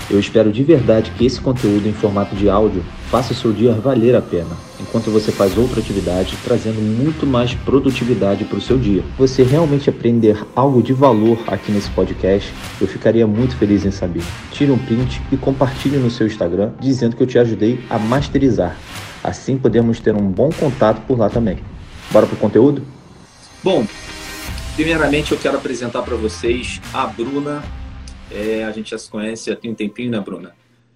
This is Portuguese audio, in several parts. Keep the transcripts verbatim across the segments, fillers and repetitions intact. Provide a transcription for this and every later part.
Eu espero de verdade que esse conteúdo em formato de áudio faça o seu dia valer a pena, enquanto você faz outra atividade, trazendo muito mais produtividade para o seu dia. Se você realmente aprender algo de valor aqui nesse podcast, eu ficaria muito feliz em saber. Tire um print e compartilhe no seu Instagram, dizendo que eu te ajudei a masterizar. Assim podemos ter um bom contato por lá também. Bora pro conteúdo? Bom, primeiramente eu quero apresentar para vocês a Bruna. É, a gente já se conhece há tem um tempinho, né, Bruna?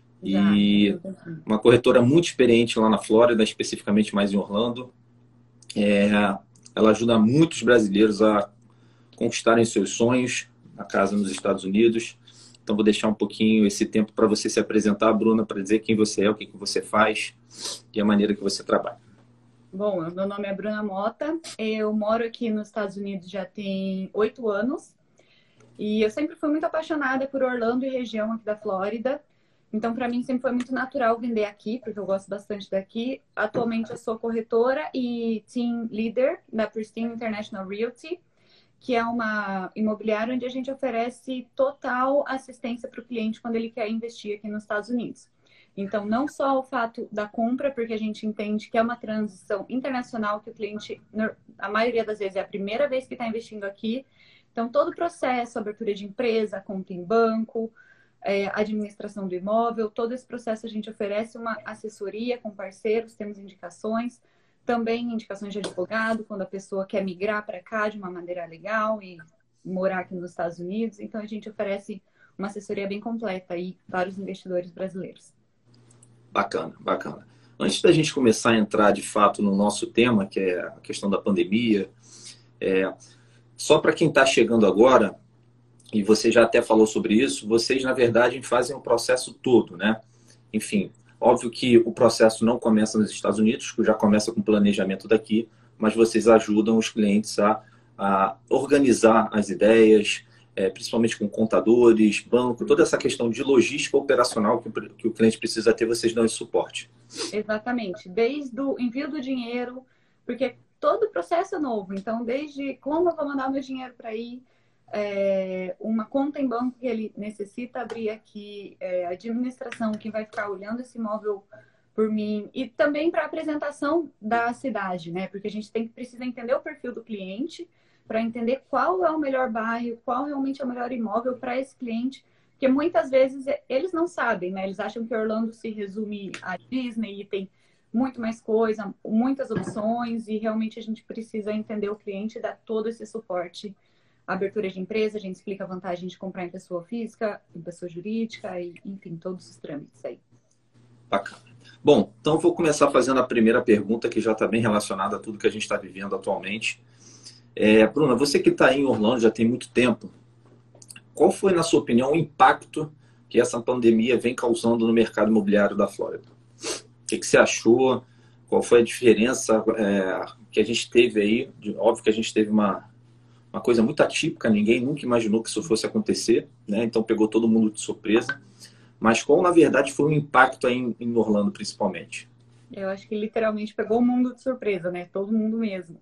E uma corretora muito experiente lá na Flórida, especificamente mais em Orlando. É, ela ajuda muitos brasileiros a conquistarem seus sonhos na casa nos Estados Unidos. Então vou deixar um pouquinho esse tempo para você se apresentar, Bruna, para dizer quem você é, o que, que você faz e a maneira que você trabalha. Bom, meu nome é Bruna Mota, eu moro aqui nos Estados Unidos já tem oito anos. E eu sempre fui muito apaixonada por Orlando e região aqui da Flórida. Então, para mim, sempre foi muito natural vender aqui, porque eu gosto bastante daqui. Atualmente, eu sou corretora e team leader da Pristine International Realty, que é uma imobiliária onde a gente oferece total assistência para o cliente quando ele quer investir aqui nos Estados Unidos. Então, não só o fato da compra, porque a gente entende que é uma transição internacional, que o cliente, a maioria das vezes, é a primeira vez que está investindo aqui. Então, todo o processo, abertura de empresa, conta em banco, é, administração do imóvel, todo esse processo a gente oferece uma assessoria com parceiros, temos indicações, também indicações de advogado, quando a pessoa quer migrar para cá de uma maneira legal e morar aqui nos Estados Unidos. Então, a gente oferece uma assessoria bem completa aí para os investidores brasileiros. Bacana, bacana. Antes da gente começar a entrar de fato no nosso tema, que é a questão da pandemia, é... só para quem está chegando agora, e você já até falou sobre isso, vocês, na verdade, fazem o processo todo, né? Enfim, óbvio que o processo não começa nos Estados Unidos, que já começa com planejamento daqui, mas vocês ajudam os clientes a, a organizar as ideias, é, principalmente com contadores, banco, toda essa questão de logística operacional que, que o cliente precisa ter, vocês dão esse suporte. Exatamente. Desde o envio do dinheiro, porque todo o processo é novo. Então, desde como eu vou mandar o meu dinheiro para ir, é, uma conta em banco que ele necessita abrir aqui, é, administração que vai ficar olhando esse imóvel por mim, e também para a apresentação da cidade, né? Porque a gente tem que precisa entender o perfil do cliente para entender qual é o melhor bairro, qual realmente é o melhor imóvel para esse cliente, porque muitas vezes eles não sabem, né? Eles acham que Orlando se resume a Disney e tem muito mais coisa, muitas opções, e realmente a gente precisa entender o cliente e dar todo esse suporte. Abertura de empresa, a gente explica a vantagem de comprar em pessoa física, em pessoa jurídica, e enfim, todos os trâmites aí. Bacana. Bom, então eu vou começar fazendo a primeira pergunta, que já está bem relacionada a tudo que a gente está vivendo atualmente. É, Bruna, você que está em Orlando já tem muito tempo, qual foi, na sua opinião, o impacto que essa pandemia vem causando no mercado imobiliário da Flórida? O que, que você achou? Qual foi a diferença é, que a gente teve aí? Óbvio que a gente teve uma, uma coisa muito atípica, ninguém nunca imaginou que isso fosse acontecer, né? Então pegou todo mundo de surpresa. Mas qual, na verdade, foi o impacto aí em, em Orlando, principalmente? Eu acho que literalmente pegou o mundo de surpresa, né? Todo mundo mesmo.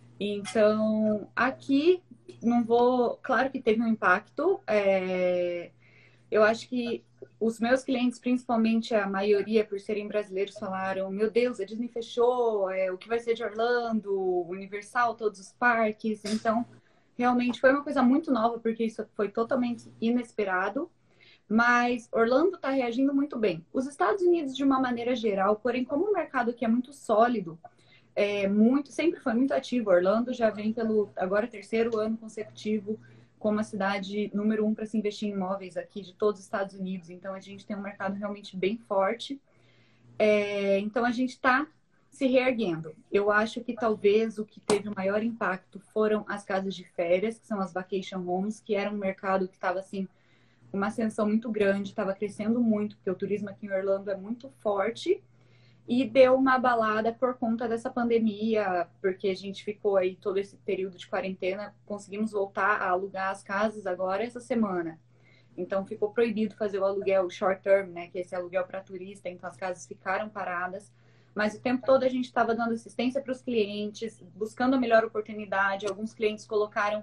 Então, aqui, não vou... Claro que teve um impacto. É... Eu acho que os meus clientes, principalmente a maioria, por serem brasileiros, falaram: meu Deus, a Disney fechou, é, o que vai ser de Orlando, Universal, todos os parques. Então, realmente foi uma coisa muito nova, porque isso foi totalmente inesperado. Mas Orlando está reagindo muito bem. Os Estados Unidos, de uma maneira geral, porém, como o mercado aqui é muito sólido, é muito, sempre foi muito ativo. Orlando já vem pelo, agora, terceiro ano consecutivo como a cidade número um para se investir em imóveis aqui de todos os Estados Unidos. Então, a gente tem um mercado realmente bem forte. É, então, a gente está se reerguendo. Eu acho que talvez o que teve o maior impacto foram as casas de férias, que são as vacation homes, que era um mercado que estava, assim, uma ascensão muito grande, estava crescendo muito, porque o turismo aqui em Orlando é muito forte. E deu uma abalada por conta dessa pandemia, porque a gente ficou aí todo esse período de quarentena, conseguimos voltar a alugar as casas agora essa semana. Então ficou proibido fazer o aluguel short term, né, que é esse aluguel para turista, então as casas ficaram paradas. Mas o tempo todo a gente estava dando assistência para os clientes, buscando a melhor oportunidade. Alguns clientes colocaram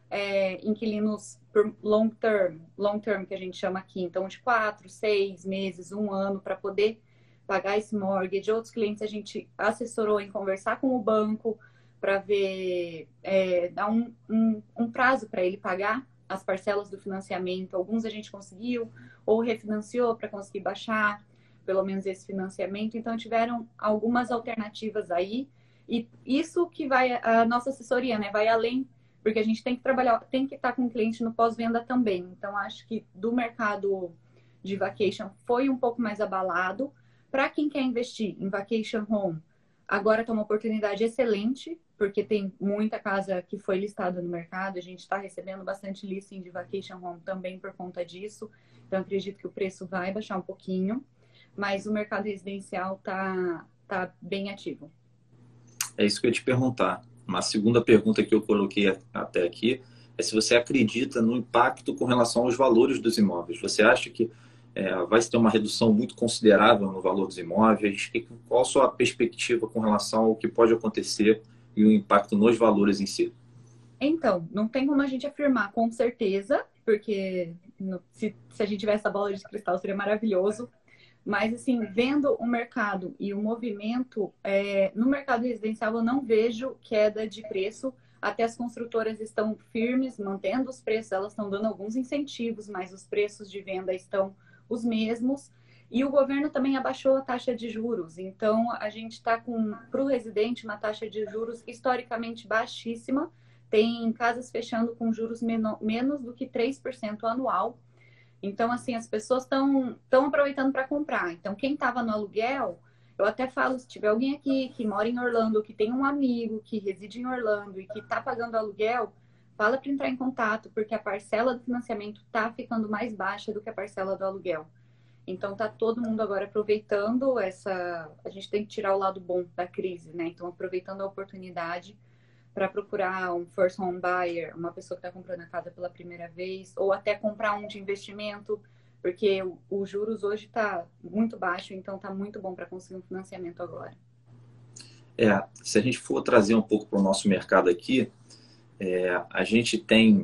é, inquilinos por long term, long term que a gente chama aqui, então de quatro, seis meses, um ano para poder pagar esse mortgage. Outros clientes a gente assessorou em conversar com o banco para ver, é, dar um, um, um prazo para ele pagar as parcelas do financiamento. Alguns a gente conseguiu ou refinanciou para conseguir baixar pelo menos esse financiamento. Então tiveram algumas alternativas aí, e isso que vai a nossa assessoria, né, vai além, porque a gente tem que trabalhar, tem que estar com o cliente no pós-venda também. Então acho que do mercado de vacation foi um pouco mais abalado. Para quem quer investir em vacation home, agora está uma oportunidade excelente, porque tem muita casa que foi listada no mercado. A gente está recebendo bastante listing de vacation home também por conta disso. Então, acredito que o preço vai baixar um pouquinho, mas o mercado residencial está tá bem ativo. É isso que eu ia te perguntar. Uma segunda pergunta que eu coloquei até aqui é se você acredita no impacto com relação aos valores dos imóveis. Você acha que é, vai ter uma redução muito considerável no valor dos imóveis? Qual a sua perspectiva com relação ao que pode acontecer e o impacto nos valores em si? Então, não tem como a gente afirmar com certeza, porque no, se, se a gente tivesse essa bola de cristal seria maravilhoso. Mas, assim, vendo o mercado e o movimento, é, no mercado residencial eu não vejo queda de preço. Até as construtoras estão firmes, mantendo os preços, elas estão dando alguns incentivos, mas os preços de venda estão os mesmos. E o governo também abaixou a taxa de juros. Então, a gente está com, para o residente, uma taxa de juros historicamente baixíssima. Tem casas fechando com juros menor, menos do que três por cento anual. Então, assim, as pessoas estão estão aproveitando para comprar. Então, quem estava no aluguel, eu até falo, se tiver alguém aqui que mora em Orlando, que tem um amigo que reside em Orlando e que está pagando aluguel, fala para entrar em contato, porque a parcela do financiamento está ficando mais baixa do que a parcela do aluguel. Então, tá todo mundo agora aproveitando essa... A gente tem que tirar o lado bom da crise, né? Então, aproveitando a oportunidade para procurar um first home buyer, uma pessoa que está comprando a casa pela primeira vez, ou até comprar um de investimento, porque os juros hoje está muito baixo, então está muito bom para conseguir um financiamento agora. É, se a gente for trazer um pouco para o nosso mercado aqui, é, a gente tem...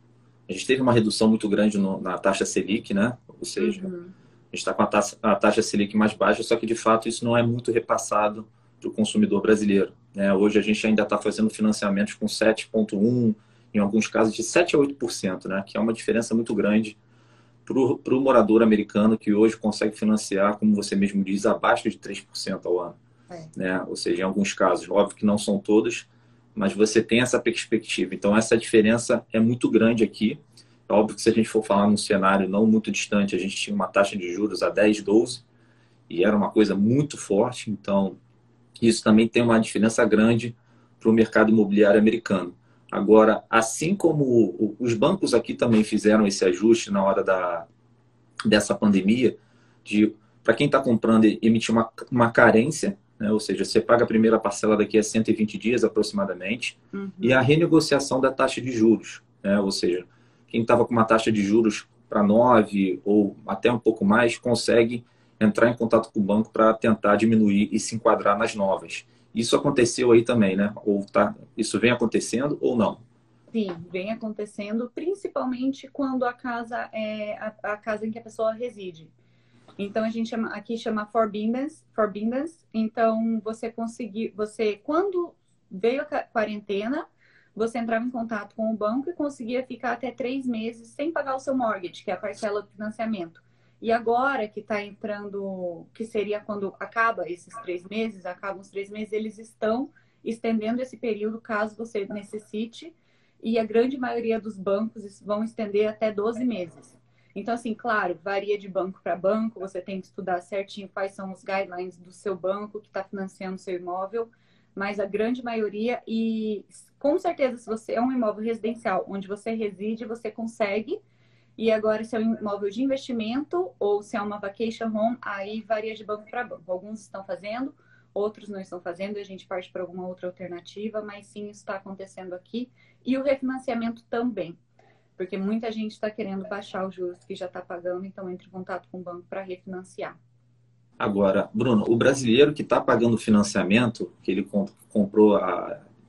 A gente teve uma redução muito grande no, na taxa Selic, né? Ou seja... Uhum. A gente está com a taxa, a taxa Selic mais baixa, só que, de fato, isso não é muito repassado para o consumidor brasileiro, né? Hoje a gente ainda está fazendo financiamentos com sete vírgula um por cento, em alguns casos de sete a oito por cento, né? Que é uma diferença muito grande para o morador americano, que hoje consegue financiar, como você mesmo diz, abaixo de três por cento ao ano. É. Né? Ou seja, em alguns casos, óbvio que não são todos, mas você tem essa perspectiva. Então, essa diferença é muito grande aqui. É óbvio que se a gente for falar num cenário não muito distante, a gente tinha uma taxa de juros a dez, doze, e era uma coisa muito forte. Então, isso também tem uma diferença grande para o mercado imobiliário americano. Agora, assim como os bancos aqui também fizeram esse ajuste na hora da, dessa pandemia, de para quem está comprando, emitir uma, uma carência, né? Ou seja, você paga a primeira parcela daqui a cento e vinte dias aproximadamente, uhum. E a renegociação da taxa de juros, né? Ou seja, quem estava com uma taxa de juros para nove ou até um pouco mais, consegue entrar em contato com o banco para tentar diminuir e se enquadrar nas novas. Isso aconteceu aí também, né? Ou tá, isso vem acontecendo ou não? Sim, vem acontecendo, principalmente quando a casa é a, a casa em que a pessoa reside. Então, a gente chama, aqui chama forbearance, forbearance. Então, você conseguir, você, quando veio a quarentena, você entrava em contato com o banco e conseguia ficar até três meses sem pagar o seu mortgage, que é a parcela do financiamento. E agora que está entrando, que seria quando acaba esses três meses, acabam os três meses, eles estão estendendo esse período caso você necessite. E a grande maioria dos bancos vão estender até doze meses. Então, assim, claro, varia de banco para banco, você tem que estudar certinho quais são os guidelines do seu banco que está financiando o seu imóvel, mas a grande maioria, e com certeza, se você é um imóvel residencial onde você reside, você consegue. E agora, se é um imóvel de investimento ou se é uma vacation home, aí varia de banco para banco. Alguns estão fazendo, outros não estão fazendo, e a gente parte para alguma outra alternativa, mas sim, isso está acontecendo aqui. E o refinanciamento também, porque muita gente está querendo baixar os juros que já está pagando, então entra em contato com o banco para refinanciar. Agora, Bruno, o brasileiro que está pagando o financiamento, que ele comp comprou a,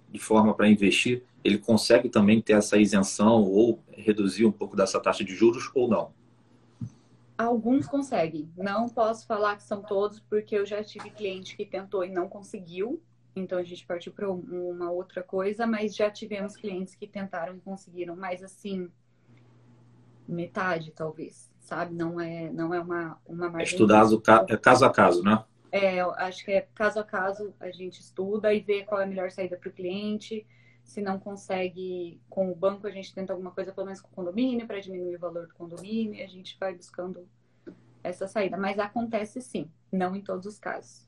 de forma para investir, ele consegue também ter essa isenção ou reduzir um pouco dessa taxa de juros ou não? Alguns conseguem. Não posso falar que são todos, porque eu já tive cliente que tentou e não conseguiu. Então a gente partiu para uma outra coisa, mas já tivemos clientes que tentaram e conseguiram. Mas assim, metade talvez, sabe? Não é, não é uma, uma É margem. estudado é caso a caso, né? É, eu acho que é caso a caso a gente estuda e vê qual é a melhor saída para o cliente. Se não consegue com o banco, a gente tenta alguma coisa, pelo menos com o condomínio, para diminuir o valor do condomínio, e a gente vai buscando essa saída. Mas acontece sim, não em todos os casos.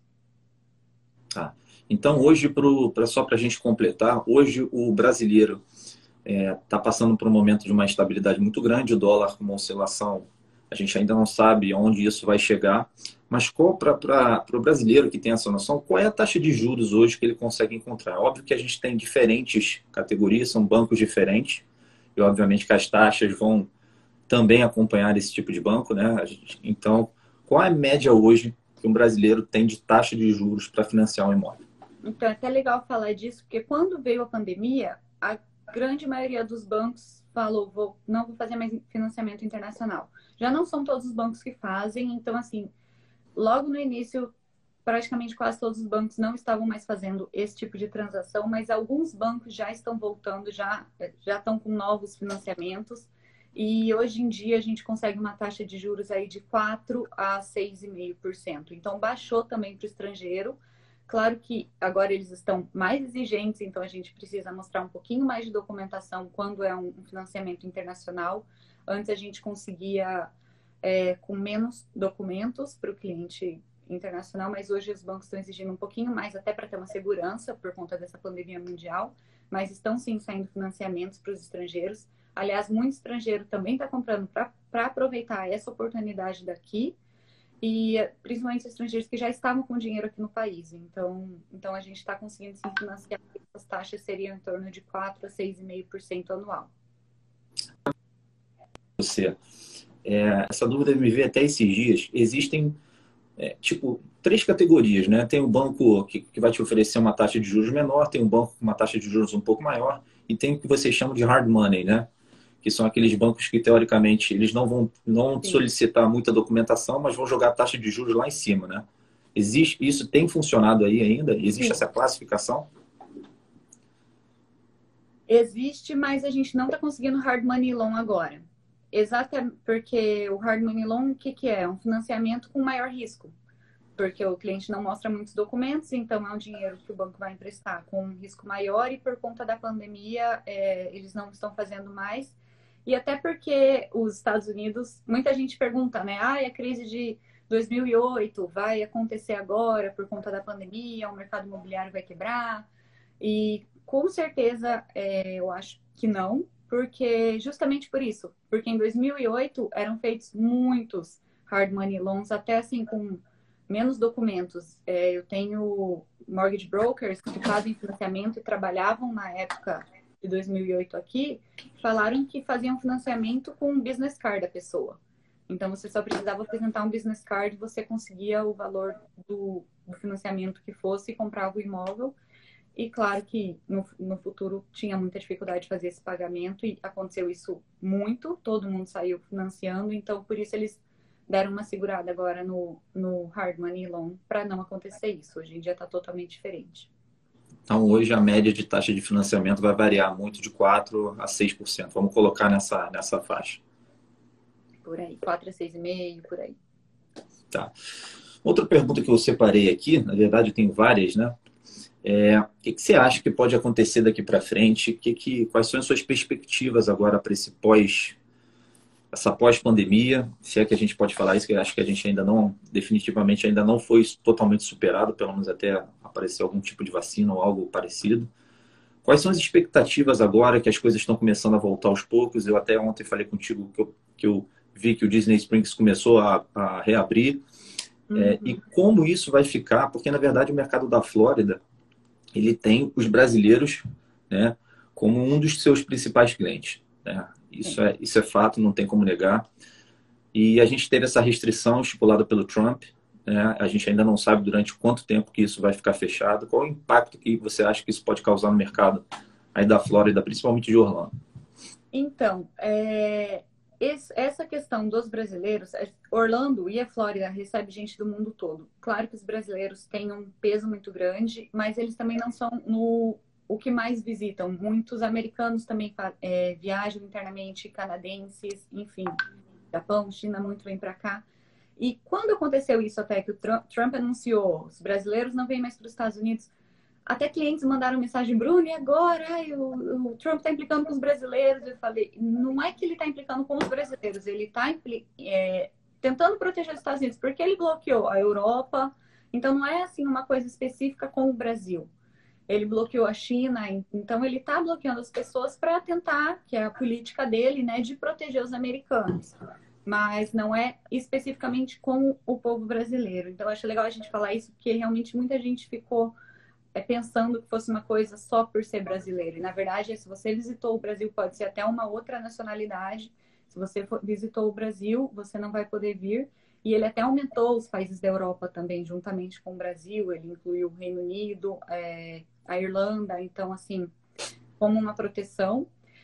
Tá. Então, hoje, pro, pra, só para a gente completar, hoje o brasileiro está é, passando por um momento de uma instabilidade muito grande, o dólar com uma oscilação, a gente ainda não sabe onde isso vai chegar, mas para o brasileiro que tem essa noção, qual é a taxa de juros hoje que ele consegue encontrar? Óbvio que a gente tem diferentes categorias, são bancos diferentes, e obviamente que as taxas vão também acompanhar esse tipo de banco, né? A gente, então, qual é a média hoje que um brasileiro tem de taxa de juros para financiar um imóvel? Então, é até legal falar disso, porque quando veio a pandemia, a grande maioria dos bancos falou, vou, não vou fazer mais financiamento internacional. Já não são todos os bancos que fazem, então, assim, logo no início, praticamente quase todos os bancos não estavam mais fazendo esse tipo de transação, mas alguns bancos já estão voltando, já, já estão com novos financiamentos, e hoje em dia a gente consegue uma taxa de juros aí de quatro a seis vírgula cinco por cento. Então, baixou também para o estrangeiro. Claro que agora eles estão mais exigentes, então a gente precisa mostrar um pouquinho mais de documentação quando é um financiamento internacional. Antes a gente conseguia é, com menos documentos para o cliente internacional, mas hoje os bancos estão exigindo um pouquinho mais, até para ter uma segurança por conta dessa pandemia mundial, mas estão sim saindo financiamentos para os estrangeiros. Aliás, muito estrangeiro também está comprando para aproveitar essa oportunidade daqui, e principalmente estrangeiros que já estavam com dinheiro aqui no país. Então, então a gente está conseguindo se financiar. As taxas seriam em torno de quatro a seis vírgula cinco por cento anual. Você, é, essa dúvida me veio até esses dias. Existem, é, tipo, três categorias, né? Tem o banco que, que vai te oferecer uma taxa de juros menor, tem um banco com uma taxa de juros um pouco maior, e tem o que vocês chamam de hard money, né? Que são aqueles bancos que, teoricamente, eles não vão não solicitar muita documentação, mas vão jogar a taxa de juros lá em cima, né? Existe, isso tem funcionado aí ainda? Existe Sim. essa classificação? Existe, mas a gente não está conseguindo hard money loan agora. Exatamente, porque o hard money loan, o que, que é? Um financiamento com maior risco. Porque o cliente não mostra muitos documentos, então é um dinheiro que o banco vai emprestar com um risco maior, e por conta da pandemia, é, eles não estão fazendo mais. E até porque os Estados Unidos, muita gente pergunta, né? Ah, a crise de dois mil e oito vai acontecer agora por conta da pandemia, o mercado imobiliário vai quebrar. E com certeza é, eu acho que não, porque justamente por isso. Porque em dois mil e oito eram feitos muitos hard money loans, até assim com menos documentos. É, eu tenho mortgage brokers que fazem financiamento e trabalhavam na época de dois mil e oito aqui, falaram que faziam financiamento com um business card da pessoa. Então, você só precisava apresentar um business card, você conseguia o valor do, do financiamento que fosse e comprava o imóvel. E claro que no, no futuro tinha muita dificuldade de fazer esse pagamento, e aconteceu isso muito, todo mundo saiu financiando, então por isso eles deram uma segurada agora no, no hard money loan para não acontecer isso. Hoje em dia está totalmente diferente. Então, hoje a média de taxa de financiamento vai variar muito de quatro a seis por cento. Vamos colocar nessa, nessa faixa. Por aí, quatro a seis vírgula cinco por cento, por aí. Tá. Outra pergunta que eu separei aqui, na verdade eu tenho várias, né? É, o que, que você acha que pode acontecer daqui para frente? Que, que, quais são as suas perspectivas agora para esse pós, essa pós-pandemia? Se é que a gente pode falar isso, que eu acho que a gente ainda não, definitivamente ainda não foi totalmente superado, pelo menos até aparecer algum tipo de vacina ou algo parecido. Quais são as expectativas agora que as coisas estão começando a voltar aos poucos? Eu até ontem falei contigo que eu, que eu vi que o Disney Springs começou a, a reabrir. Uhum. É, e como isso vai ficar? Porque, na verdade, o mercado da Flórida, ele tem os brasileiros, né, como um dos seus principais clientes, né? Isso é, isso é fato, não tem como negar. E a gente teve essa restrição estipulada pelo Trump, né? A gente ainda não sabe durante quanto tempo que isso vai ficar fechado. Qual o impacto que você acha que isso pode causar no mercado aí da Flórida, principalmente de Orlando? Então, é, esse- essa questão dos brasileiros, é, Orlando e a Flórida recebem gente do mundo todo. Claro que os brasileiros têm um peso muito grande, mas eles também não são no, o que mais visitam. Muitos americanos também fa- é, viajam internamente, canadenses, enfim, Japão, China, muito vem para cá. E quando aconteceu isso até que o Trump, Trump anunciou, os brasileiros não vêm mais para os Estados Unidos, até clientes mandaram mensagem, Bruno, e agora? Ai, o, o Trump está implicando com os brasileiros. Eu falei, não é que ele está implicando com os brasileiros, ele está é, tentando proteger os Estados Unidos, porque ele bloqueou a Europa. Então, não é assim uma coisa específica com o Brasil. Ele bloqueou a China, então ele está bloqueando as pessoas para tentar, que é a política dele, né, de proteger os americanos. Mas não é especificamente com o povo brasileiro. Então, eu acho legal a gente falar isso, porque realmente muita gente ficou é pensando que fosse uma coisa só por ser brasileiro. E, na verdade, se você visitou o Brasil, pode ser até uma outra nacionalidade. Se você for, visitou o Brasil, você não vai poder vir. E ele até aumentou os países da Europa também, juntamente com o Brasil. Ele incluiu o Reino Unido, é, a Irlanda. Então, assim, como uma proteção.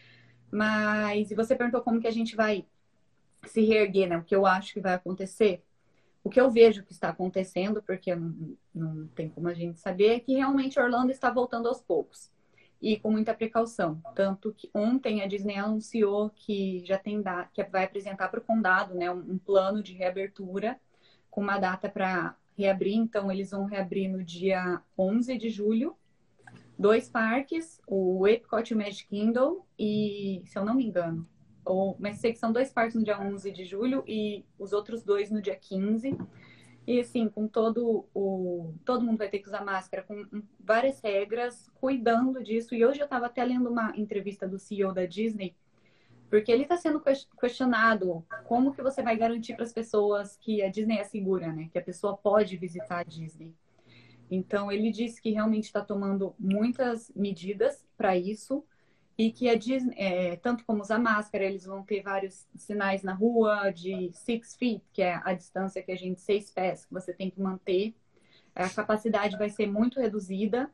Mas, e você perguntou como que a gente vai se reerguer, né? O que eu acho que vai acontecer. O que eu vejo que está acontecendo, porque não, não tem como a gente saber, é que realmente Orlando está voltando aos poucos e com muita precaução. Tanto que ontem a Disney anunciou que já tem da, que vai apresentar para o condado, né, um, um plano de reabertura com uma data para reabrir. Então, eles vão reabrir no dia onze de julho, dois parques, o Epcot e o Magic Kingdom, e, se eu não me engano, ou, mas sei que são dois parques no dia onze de julho e os outros dois no dia quinze. E assim, com todo o... Todo mundo vai ter que usar máscara, com várias regras, cuidando disso. E hoje eu estava até lendo uma entrevista do C E O da Disney, porque ele está sendo questionado como que você vai garantir para as pessoas que a Disney é segura, né? Que a pessoa pode visitar a Disney. Então, ele disse que realmente está tomando muitas medidas para isso e que a Disney, é, tanto como usar máscara, eles vão ter vários sinais na rua de six feet, que é a distância que a gente, seis pés, que você tem que manter. A capacidade vai ser muito reduzida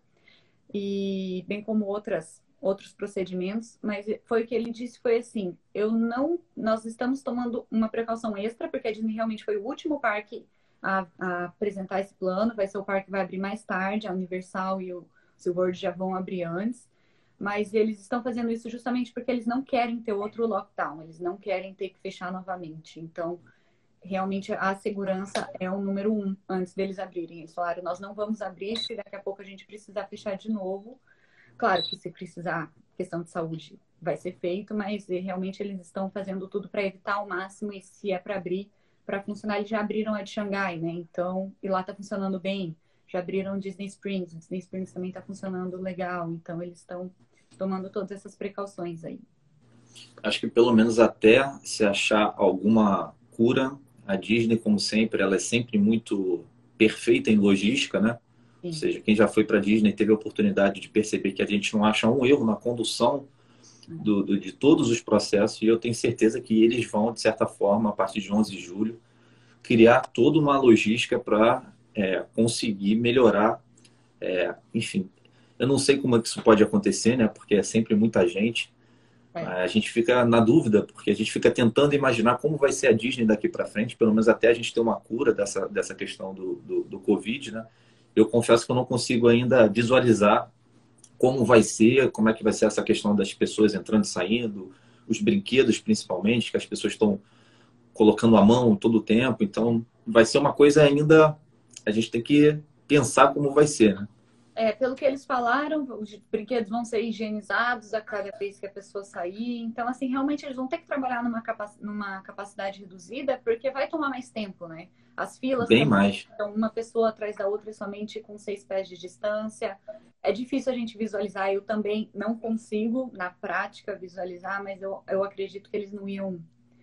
e bem como outras outros procedimentos, mas foi o que ele disse, foi assim, eu não, nós estamos tomando uma precaução extra, porque a Disney realmente foi o último parque a, a apresentar esse plano, vai ser o parque que vai abrir mais tarde, a Universal e o SeaWorld já vão abrir antes, mas eles estão fazendo isso justamente porque eles não querem ter outro lockdown, eles não querem ter que fechar novamente, então realmente a segurança é o número um antes deles abrirem. Eles falaram, nós não vamos abrir se daqui a pouco a gente precisar fechar de novo. Claro que se precisar, questão de saúde vai ser feito, mas realmente eles estão fazendo tudo para evitar ao máximo, e se é para abrir, para funcionar, eles já abriram a de Xangai, né? Então, e lá está funcionando bem. Já abriram Disney Springs, Disney Springs também está funcionando legal, então eles estão tomando todas essas precauções aí. Acho que pelo menos até se achar alguma cura, a Disney, como sempre, ela é sempre muito perfeita em logística, né? Sim. Ou seja, quem já foi para a Disney teve a oportunidade de perceber que a gente não acha um erro na condução do, do, de todos os processos, e eu tenho certeza que eles vão, de certa forma, a partir de onze de julho, criar toda uma logística para é, conseguir melhorar. É, enfim, eu não sei como é que isso pode acontecer, né? Porque é sempre muita gente. É. A gente fica na dúvida, porque a gente fica tentando imaginar como vai ser a Disney daqui para frente, pelo menos até a gente ter uma cura dessa, dessa questão do, do, do Covid, né? Eu confesso que eu não consigo ainda visualizar como vai ser, como é que vai ser essa questão das pessoas entrando e saindo, os brinquedos principalmente, que as pessoas estão colocando a mão todo o tempo. Então, vai ser uma coisa ainda, a gente tem que pensar como vai ser, né? É, pelo que eles falaram, os brinquedos vão ser higienizados a cada vez que a pessoa sair. Então, assim, realmente eles vão ter que trabalhar numa, capac... numa capacidade reduzida, porque vai tomar mais tempo, né? As filas bem mais. Então, uma pessoa atrás da outra somente com seis pés de distância. É difícil a gente visualizar. Eu também não consigo, na prática, visualizar, mas eu, eu acredito que eles não iam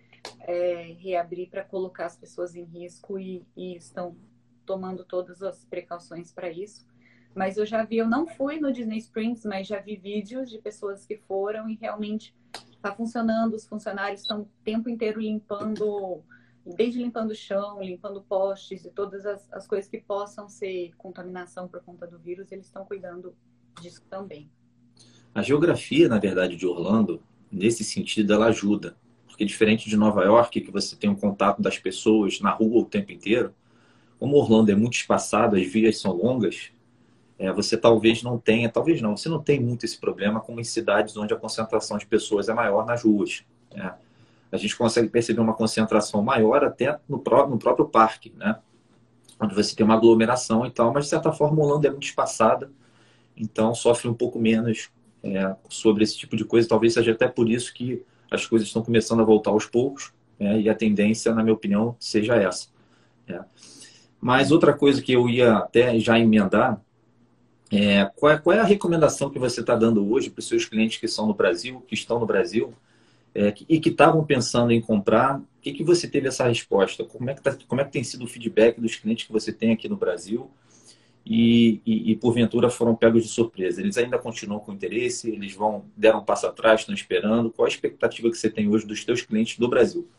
é, reabrir para colocar as pessoas em risco e, e estão tomando todas as precauções para isso. Mas eu já vi, eu não fui no Disney Springs, mas já vi vídeos de pessoas que foram e realmente está funcionando. Os funcionários estão o tempo inteiro limpando desde limpando o chão, limpando postes e todas as, as coisas que possam ser contaminação por conta do vírus, eles estão cuidando disso também. A geografia, na verdade, de Orlando, nesse sentido, ela ajuda. Porque diferente de Nova York, que você tem um contato das pessoas na rua o tempo inteiro, como Orlando é muito espaçado, as vias são longas, é, você talvez não tenha, talvez não, você não tem muito esse problema como em cidades onde a concentração de pessoas é maior nas ruas. Né? A gente consegue perceber uma concentração maior até no, pró no próprio parque, né? Onde você tem uma aglomeração e tal, mas de certa forma Orlando é muito espaçada, então sofre um pouco menos é, sobre esse tipo de coisa. Talvez seja até por isso que as coisas estão começando a voltar aos poucos, né? E a tendência, na minha opinião, seja essa. Né? Mas outra coisa que eu ia até já emendar é qual, é qual é a recomendação que você está dando hoje para os seus clientes que são no Brasil, que estão no Brasil, é, e que estavam pensando em comprar. O que, que você teve essa resposta? Como é, que tá, como é que tem sido o feedback dos clientes que você tem aqui no Brasil e, e, e porventura foram pegos de surpresa? Eles ainda continuam com interesse? Eles vão deram um passo atrás, estão esperando? Qual a expectativa que você tem hoje dos seus clientes do Brasil?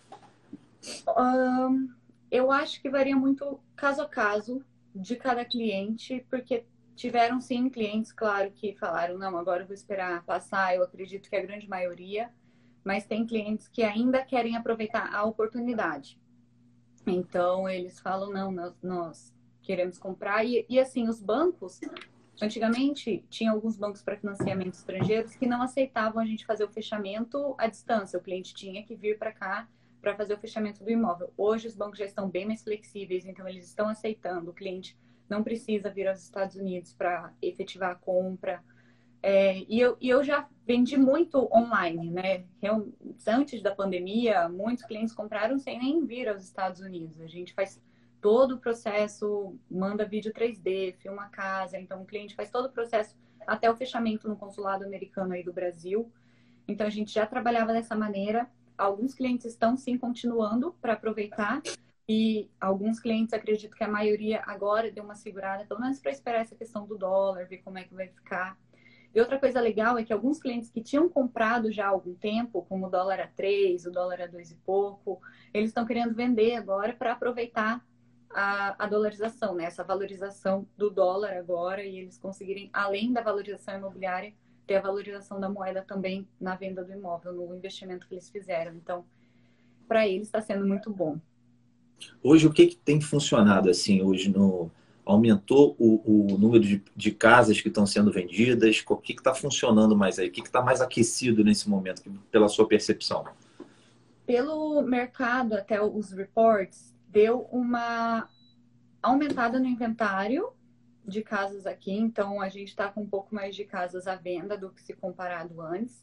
Um, eu acho que varia muito caso a caso de cada cliente, porque tiveram sim clientes, claro, que falaram, não, agora eu vou esperar passar. Eu acredito que a grande maioria, mas tem clientes que ainda querem aproveitar a oportunidade. Então, eles falam, não, nós, nós queremos comprar. E, e, assim, os bancos, antigamente, tinha alguns bancos para financiamento estrangeiros que não aceitavam a gente fazer o fechamento à distância. O cliente tinha que vir para cá para fazer o fechamento do imóvel. Hoje, os bancos já estão bem mais flexíveis, então eles estão aceitando. O cliente não precisa vir aos Estados Unidos para efetivar a compra. É, e, eu, e eu já vendi muito online, né? Eu, antes da pandemia, muitos clientes compraram sem nem vir aos Estados Unidos. A gente faz todo o processo, manda vídeo três D, filma a casa. Então, o cliente faz todo o processo até o fechamento no consulado americano aí do Brasil. Então, a gente já trabalhava dessa maneira. Alguns clientes estão, sim, continuando para aproveitar. E alguns clientes, acredito que a maioria agora deu uma segurada, pelo menos para esperar essa questão do dólar, ver como é que vai ficar. E outra coisa legal é que alguns clientes que tinham comprado já há algum tempo, como o dólar a três, o dólar a dois e pouco, eles estão querendo vender agora para aproveitar a, a dolarização, né? Essa valorização do dólar agora, e eles conseguirem, além da valorização imobiliária, ter a valorização da moeda também na venda do imóvel, no investimento que eles fizeram. Então, para eles está sendo muito bom. Hoje, o que, que tem funcionado assim? Hoje no, aumentou o, o número de, de casas que estão sendo vendidas? O que está funcionando mais aí? O que está mais aquecido nesse momento, pela sua percepção? Pelo mercado, até os reports, deu uma aumentada no inventário de casas aqui. Então, a gente está com um pouco mais de casas à venda do que se comparado antes.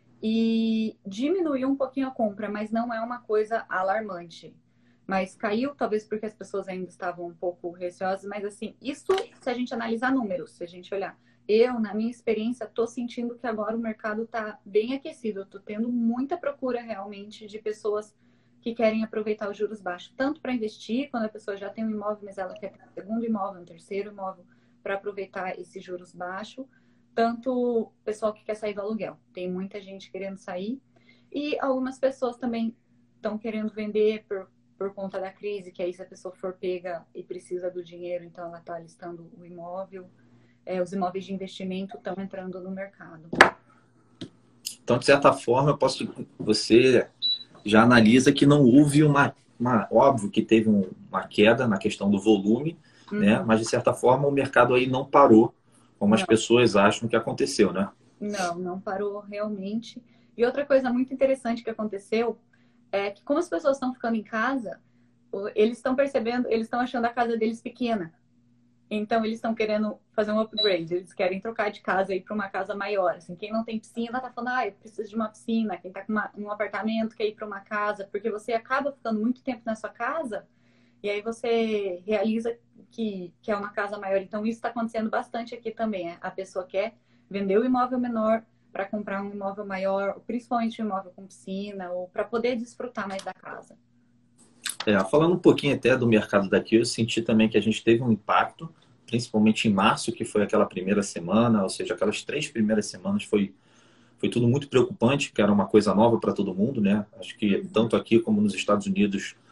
E diminuiu um pouquinho a compra, mas não é uma coisa alarmante. Mas caiu, talvez porque as pessoas ainda estavam um pouco receosas. Mas, assim, isso se a gente analisar números, se a gente olhar. Eu, na minha experiência, estou sentindo que agora o mercado está bem aquecido. Eu estou tendo muita procura, realmente, de pessoas que querem aproveitar os juros baixos. Tanto para investir, quando a pessoa já tem um imóvel, mas ela quer ter um segundo imóvel, um terceiro imóvel, para aproveitar esses juros baixos. Tanto o pessoal que quer sair do aluguel. Tem muita gente querendo sair. E algumas pessoas também estão querendo vender por por conta da crise, que aí se a pessoa for pega e precisa do dinheiro, então ela está listando o imóvel. É, os imóveis de investimento estão entrando no mercado. Então, de certa forma, eu posso, você já analisa que não houve uma... uma óbvio que teve um, uma queda na questão do volume, uhum. né? Mas, de certa forma, o mercado aí não parou, como não. As pessoas acham que aconteceu, né? Não, não parou realmente. E outra coisa muito interessante que aconteceu é que, como as pessoas estão ficando em casa, eles estão percebendo, eles estão achando a casa deles pequena. Então, eles estão querendo fazer um upgrade. Eles querem trocar de casa e ir para uma casa maior. Assim, quem não tem piscina está falando, ah, eu preciso de uma piscina. Quem está com uma, um apartamento quer ir para uma casa. Porque você acaba ficando muito tempo na sua casa e aí você realiza que, que é uma casa maior. Então, isso está acontecendo bastante aqui também. A pessoa quer vender o imóvel menor para comprar um imóvel maior, principalmente um imóvel com piscina, ou para poder desfrutar mais da casa. É, falando um pouquinho até do mercado daqui, eu senti também que a gente teve um impacto, principalmente em março, que foi aquela primeira semana, ou seja, aquelas três primeiras semanas foi, foi tudo muito preocupante, que era uma coisa nova para todo mundo, né? Acho que tanto aqui como nos Estados Unidos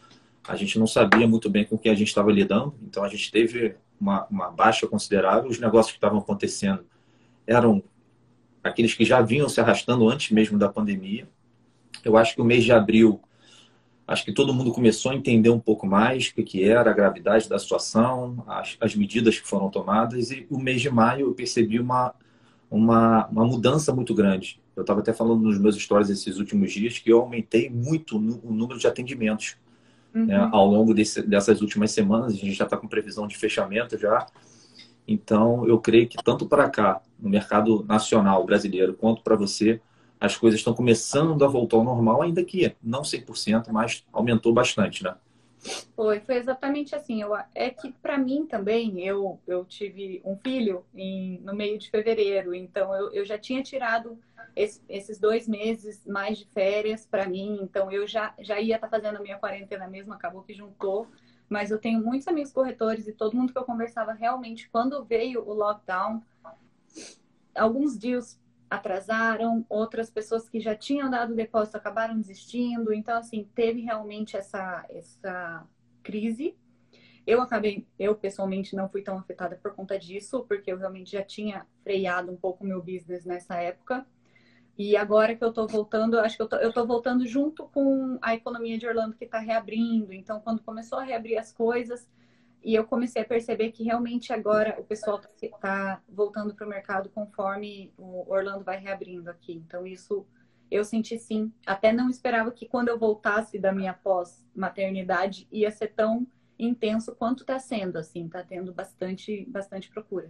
a gente não sabia muito bem com quem a gente estava lidando, então a gente teve uma, uma baixa considerável. Os negócios que estavam acontecendo eram aqueles que já vinham se arrastando antes mesmo da pandemia. Eu acho que o mês de abril, acho que todo mundo começou a entender um pouco mais o que, que era a gravidade da situação, as, as medidas que foram tomadas, e o mês de maio eu percebi uma, uma, uma mudança muito grande. Eu estava até falando nos meus stories esses últimos dias que eu aumentei muito o número de atendimentos. Uhum. Né, ao longo desse, dessas últimas semanas. A gente já está com previsão de fechamento já. Então, eu creio que tanto para cá, no mercado nacional brasileiro, quanto para você, as coisas estão começando a voltar ao normal, ainda que não cem por cento, mas aumentou bastante, né? Foi, foi exatamente assim. Eu, é que para mim também, eu, eu tive um filho em, no meio de fevereiro, então eu, eu já tinha tirado esse, esses dois meses mais de férias para mim, então eu já, já ia estar tá fazendo a minha quarentena mesmo, acabou que juntou, mas eu tenho muitos amigos corretores e todo mundo que eu conversava realmente, quando veio o lockdown, alguns dias atrasaram, outras pessoas que já tinham dado depósito acabaram desistindo. Então, assim, teve realmente essa, essa crise. Eu acabei, eu pessoalmente não fui tão afetada por conta disso, porque eu realmente já tinha freado um pouco o meu business nessa época. E agora que eu tô voltando, eu acho que eu tô, eu tô voltando junto com a economia de Orlando que tá reabrindo. Então, quando começou a reabrir as coisas, e eu comecei a perceber que realmente agora o pessoal está voltando para o mercado conforme o Orlando vai reabrindo aqui. Então, isso eu senti sim. Até não esperava que quando eu voltasse da minha pós-maternidade ia ser tão intenso quanto está sendo. Assim, está tendo bastante, bastante procura.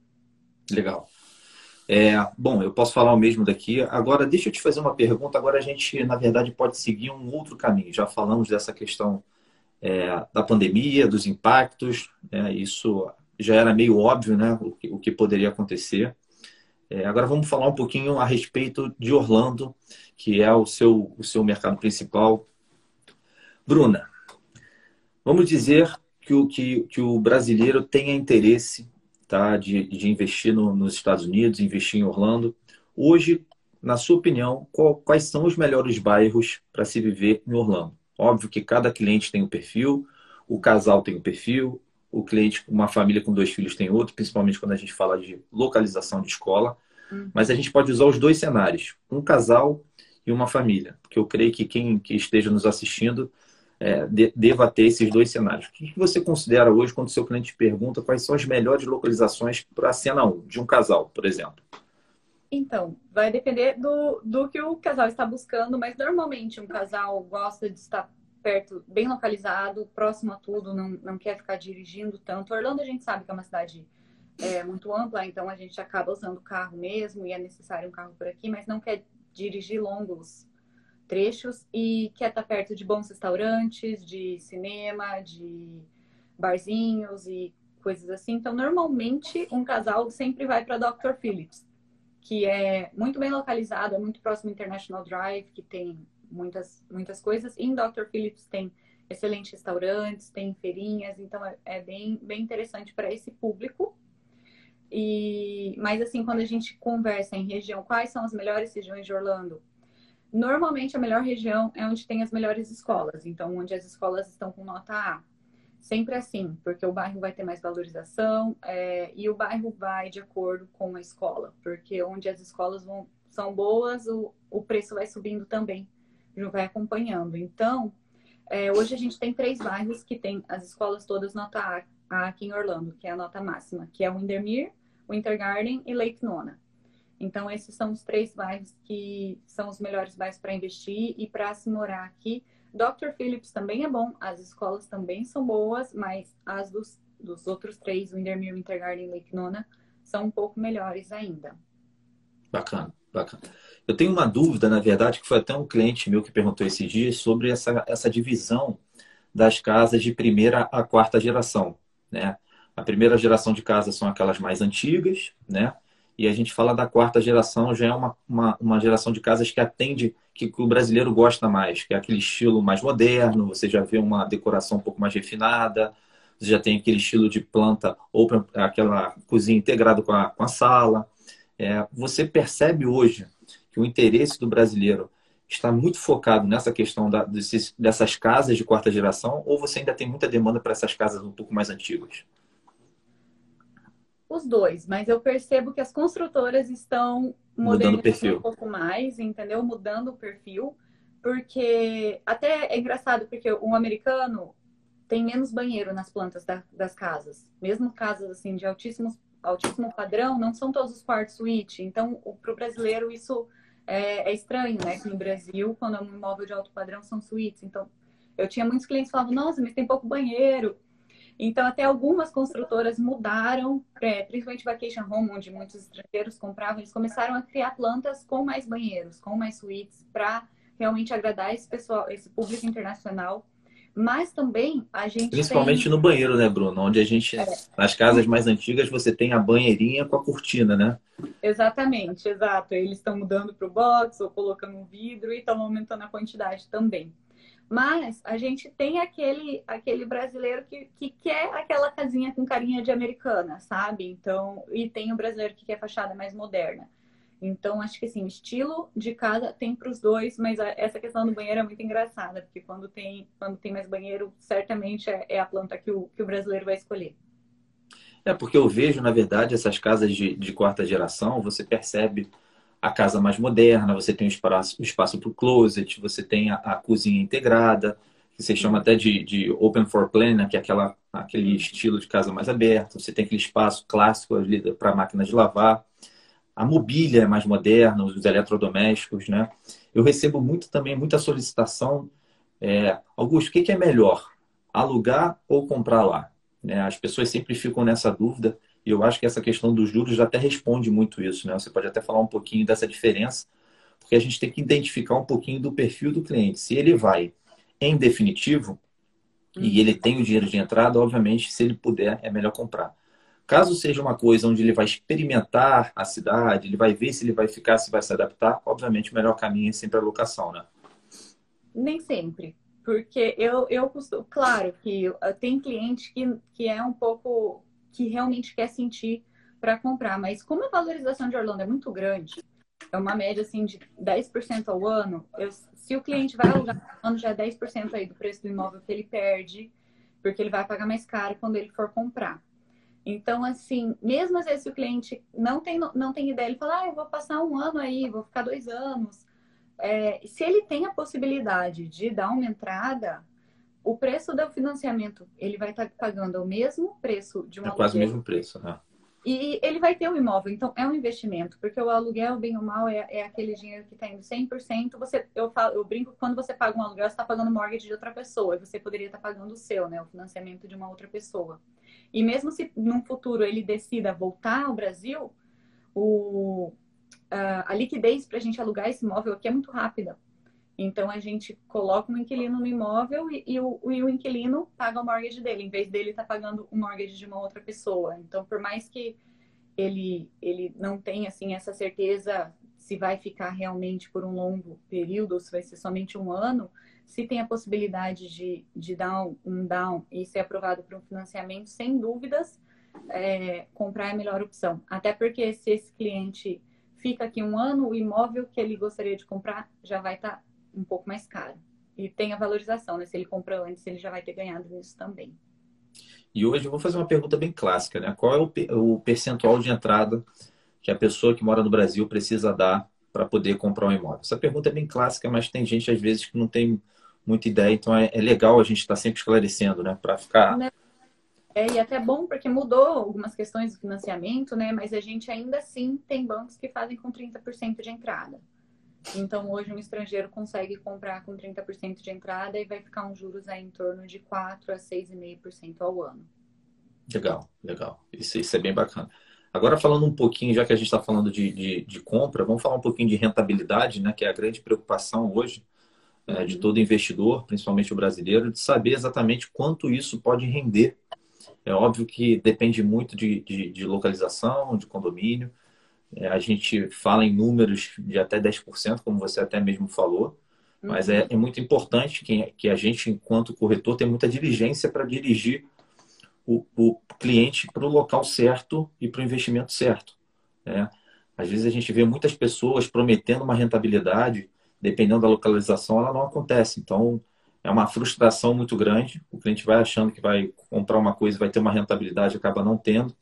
Legal. É, bom, eu posso falar o mesmo daqui. Agora, deixa eu te fazer uma pergunta. Agora a gente, na verdade, pode seguir um outro caminho. Já falamos dessa questão É, da pandemia, dos impactos, né? Isso já era meio óbvio, né? O que, o que poderia acontecer. É, agora vamos falar um pouquinho a respeito de Orlando, que é o seu, o seu mercado principal. Bruna, vamos dizer que o, que, que o brasileiro tenha interesse, tá, de, de investir no, nos Estados Unidos, investir em Orlando. Hoje, na sua opinião, qual, quais são os melhores bairros para se viver em Orlando? Óbvio que cada cliente tem um perfil, o casal tem um perfil, o cliente, uma família com dois filhos tem outro, principalmente quando a gente fala de localização de escola. Hum. Mas a gente pode usar os dois cenários, um casal e uma família, porque eu creio que quem que esteja nos assistindo é, de, deva ter esses dois cenários. O que você considera hoje quando o seu cliente pergunta quais são as melhores localizações para a cena um, de um casal, por exemplo? Então, vai depender do, do que o casal está buscando, mas normalmente um casal gosta de estar perto, bem localizado, próximo a tudo, não, não quer ficar dirigindo tanto. Orlando a gente sabe que é uma cidade é, muito ampla, então a gente acaba usando o carro mesmo e é necessário um carro por aqui, mas não quer dirigir longos trechos e quer estar perto de bons restaurantes, de cinema, de barzinhos e coisas assim. Então, normalmente, um casal sempre vai para doutor Phillips, que é muito bem localizado, é muito próximo ao International Drive, que tem muitas, muitas coisas. E em doutor Phillips tem excelentes restaurantes, tem feirinhas, então é, é bem, bem interessante para esse público. E, mas assim, quando a gente conversa em região, quais são as melhores regiões de Orlando? Normalmente a melhor região é onde tem as melhores escolas, então onde as escolas estão com nota A. Sempre assim, porque o bairro vai ter mais valorização é, e o bairro vai de acordo com a escola, porque onde as escolas vão, são boas, o, o preço vai subindo também, vai acompanhando. Então, é, hoje a gente tem três bairros que tem as escolas todas nota A, A aqui em Orlando, que é a nota máxima, que é o Windermere, Winter Garden e Lake Nona. Então, esses são os três bairros que são os melhores bairros para investir e para se morar aqui. doutor Phillips também é bom, as escolas também são boas, mas as dos, dos outros três, Windermere, Winter Garden e Lake Nona, são um pouco melhores ainda. Bacana, bacana. Eu tenho uma dúvida, na verdade, que foi até um cliente meu que perguntou esses dias sobre essa, essa divisão das casas de primeira a quarta geração, né? A primeira geração de casas são aquelas mais antigas, né? E a gente fala da quarta geração, já é uma, uma, uma geração de casas que atende, que, que o brasileiro gosta mais, que é aquele estilo mais moderno, você já vê uma decoração um pouco mais refinada, você já tem aquele estilo de planta, ou aquela cozinha integrada com a, com a sala. É, você percebe hoje que o interesse do brasileiro está muito focado nessa questão da, desses, dessas casas de quarta geração, ou você ainda tem muita demanda para essas casas um pouco mais antigas? Os dois, mas eu percebo que as construtoras estão Mudando o modernizando um perfil. pouco mais, entendeu? Mudando o perfil, porque até é engraçado, porque o americano tem menos banheiro nas plantas da, das casas. Mesmo casas assim de altíssimo, altíssimo padrão, não são todos os quartos suíte. Então, para o brasileiro, isso é, é estranho, né? Que no Brasil, quando é um imóvel de alto padrão, são suítes. Então, eu tinha muitos clientes que falavam, nossa, mas tem pouco banheiro. Então, até algumas construtoras mudaram, é, principalmente vacation home, onde muitos estrangeiros compravam, eles começaram a criar plantas com mais banheiros, com mais suítes, para realmente agradar esse pessoal, esse público internacional. Mas também a gente tem... Principalmente no banheiro, né, Bruno? Onde a gente, nas casas mais antigas, você tem a banheirinha com a cortina, né? Exatamente, exato. Eles estão mudando para o box ou colocando um vidro e estão aumentando a quantidade também. Mas a gente tem aquele, aquele brasileiro que, que quer aquela casinha com carinha de americana, sabe? Então, e tem o brasileiro que quer fachada mais moderna. Então, acho que assim, estilo de casa tem para os dois, mas a, essa questão do banheiro é muito engraçada, porque quando tem, quando tem mais banheiro, certamente é, é a planta que o, que o brasileiro vai escolher. É porque eu vejo, na verdade, essas casas de, de quarta geração, você percebe a casa mais moderna, você tem um espaço, um espaço para o closet, você tem a, a cozinha integrada, que você chama até de, de open floor plan, né, que é aquela, aquele estilo de casa mais aberta. Você tem aquele espaço clássico para máquina de lavar. A mobília é mais moderna, os eletrodomésticos, né? Eu recebo muito também, muita solicitação. É, Augusto, o que que é melhor? Alugar ou comprar lá? Né? As pessoas sempre ficam nessa dúvida. E eu acho que essa questão dos juros já até responde muito isso, né? Você pode até falar um pouquinho dessa diferença, porque a gente tem que identificar um pouquinho do perfil do cliente. Se ele vai em definitivo e ele tem o dinheiro de entrada, obviamente, se ele puder, é melhor comprar. Caso seja uma coisa onde ele vai experimentar a cidade, ele vai ver se ele vai ficar, se vai se adaptar, obviamente o melhor caminho é sempre a locação, né? Nem sempre. Porque eu, eu costumo... Claro que tem cliente que, que é um pouco... que realmente quer sentir para comprar. Mas como a valorização de Orlando é muito grande, é uma média assim de dez por cento ao ano, eu, se o cliente vai alugar no ano, já é dez por cento aí do preço do imóvel que ele perde, porque ele vai pagar mais caro quando ele for comprar. Então, assim, mesmo às vezes se o cliente não tem, não tem ideia, ele fala, ah, eu vou passar um ano aí, vou ficar dois anos. É, se ele tem a possibilidade de dar uma entrada, o preço do financiamento, ele vai estar pagando o mesmo preço de um É quase o aluguel. mesmo preço, né? E ele vai ter um imóvel, então é um investimento, porque o aluguel, bem ou mal, é, é aquele dinheiro que está indo cem por cento. Você, eu, falo, eu brinco que quando você paga um aluguel, você está pagando o mortgage de outra pessoa, e você poderia estar pagando o seu, né? O financiamento de uma outra pessoa. E mesmo se num futuro ele decida voltar ao Brasil, o, a, a liquidez para a gente alugar esse imóvel aqui é muito rápida. Então, a gente coloca um inquilino no imóvel e, e, o, e o inquilino paga o mortgage dele, em vez dele estar tá pagando o mortgage de uma outra pessoa. Então, por mais que ele, ele não tenha assim, essa certeza se vai ficar realmente por um longo período ou se vai ser somente um ano, se tem a possibilidade de, de dar um, um down e ser aprovado por um financiamento, sem dúvidas, é, comprar é a melhor opção. Até porque se esse cliente fica aqui um ano, o imóvel que ele gostaria de comprar já vai estar... Tá um pouco mais caro. E tem a valorização, né? Se ele compra antes, ele já vai ter ganhado nisso também. E hoje eu vou fazer uma pergunta bem clássica, né? Qual é o, o percentual de entrada que a pessoa que mora no Brasil precisa dar para poder comprar um imóvel? Essa pergunta é bem clássica, mas tem gente, às vezes, que não tem muita ideia. Então, é, é legal a gente estar tá sempre esclarecendo, né? Para ficar... Né? É, e até bom, porque mudou algumas questões do financiamento, né? Mas a gente ainda assim tem bancos que fazem com trinta por cento de entrada. Então, hoje, um estrangeiro consegue comprar com trinta por cento de entrada e vai ficar uns juros aí em torno de quatro a seis vírgula cinco por cento ao ano. Legal, legal. Isso, isso é bem bacana. Agora, falando um pouquinho, já que a gente está falando de, de, de compra, vamos falar um pouquinho de rentabilidade, né? Que é a grande preocupação hoje uhum. é, de todo investidor, principalmente o brasileiro, de saber exatamente quanto isso pode render. É óbvio que depende muito de, de, de localização, de condomínio. A gente fala em números de até dez por cento, como você até mesmo falou, mas uhum. é, é muito importante que, que a gente, enquanto corretor, tenha muita diligência para dirigir o, o cliente para o local certo e para o investimento certo. Né? Às vezes a gente vê muitas pessoas prometendo uma rentabilidade dependendo da localização, ela não acontece. Então, é uma frustração muito grande. O cliente vai achando que vai comprar uma coisa, vai ter uma rentabilidade, acaba não tendo.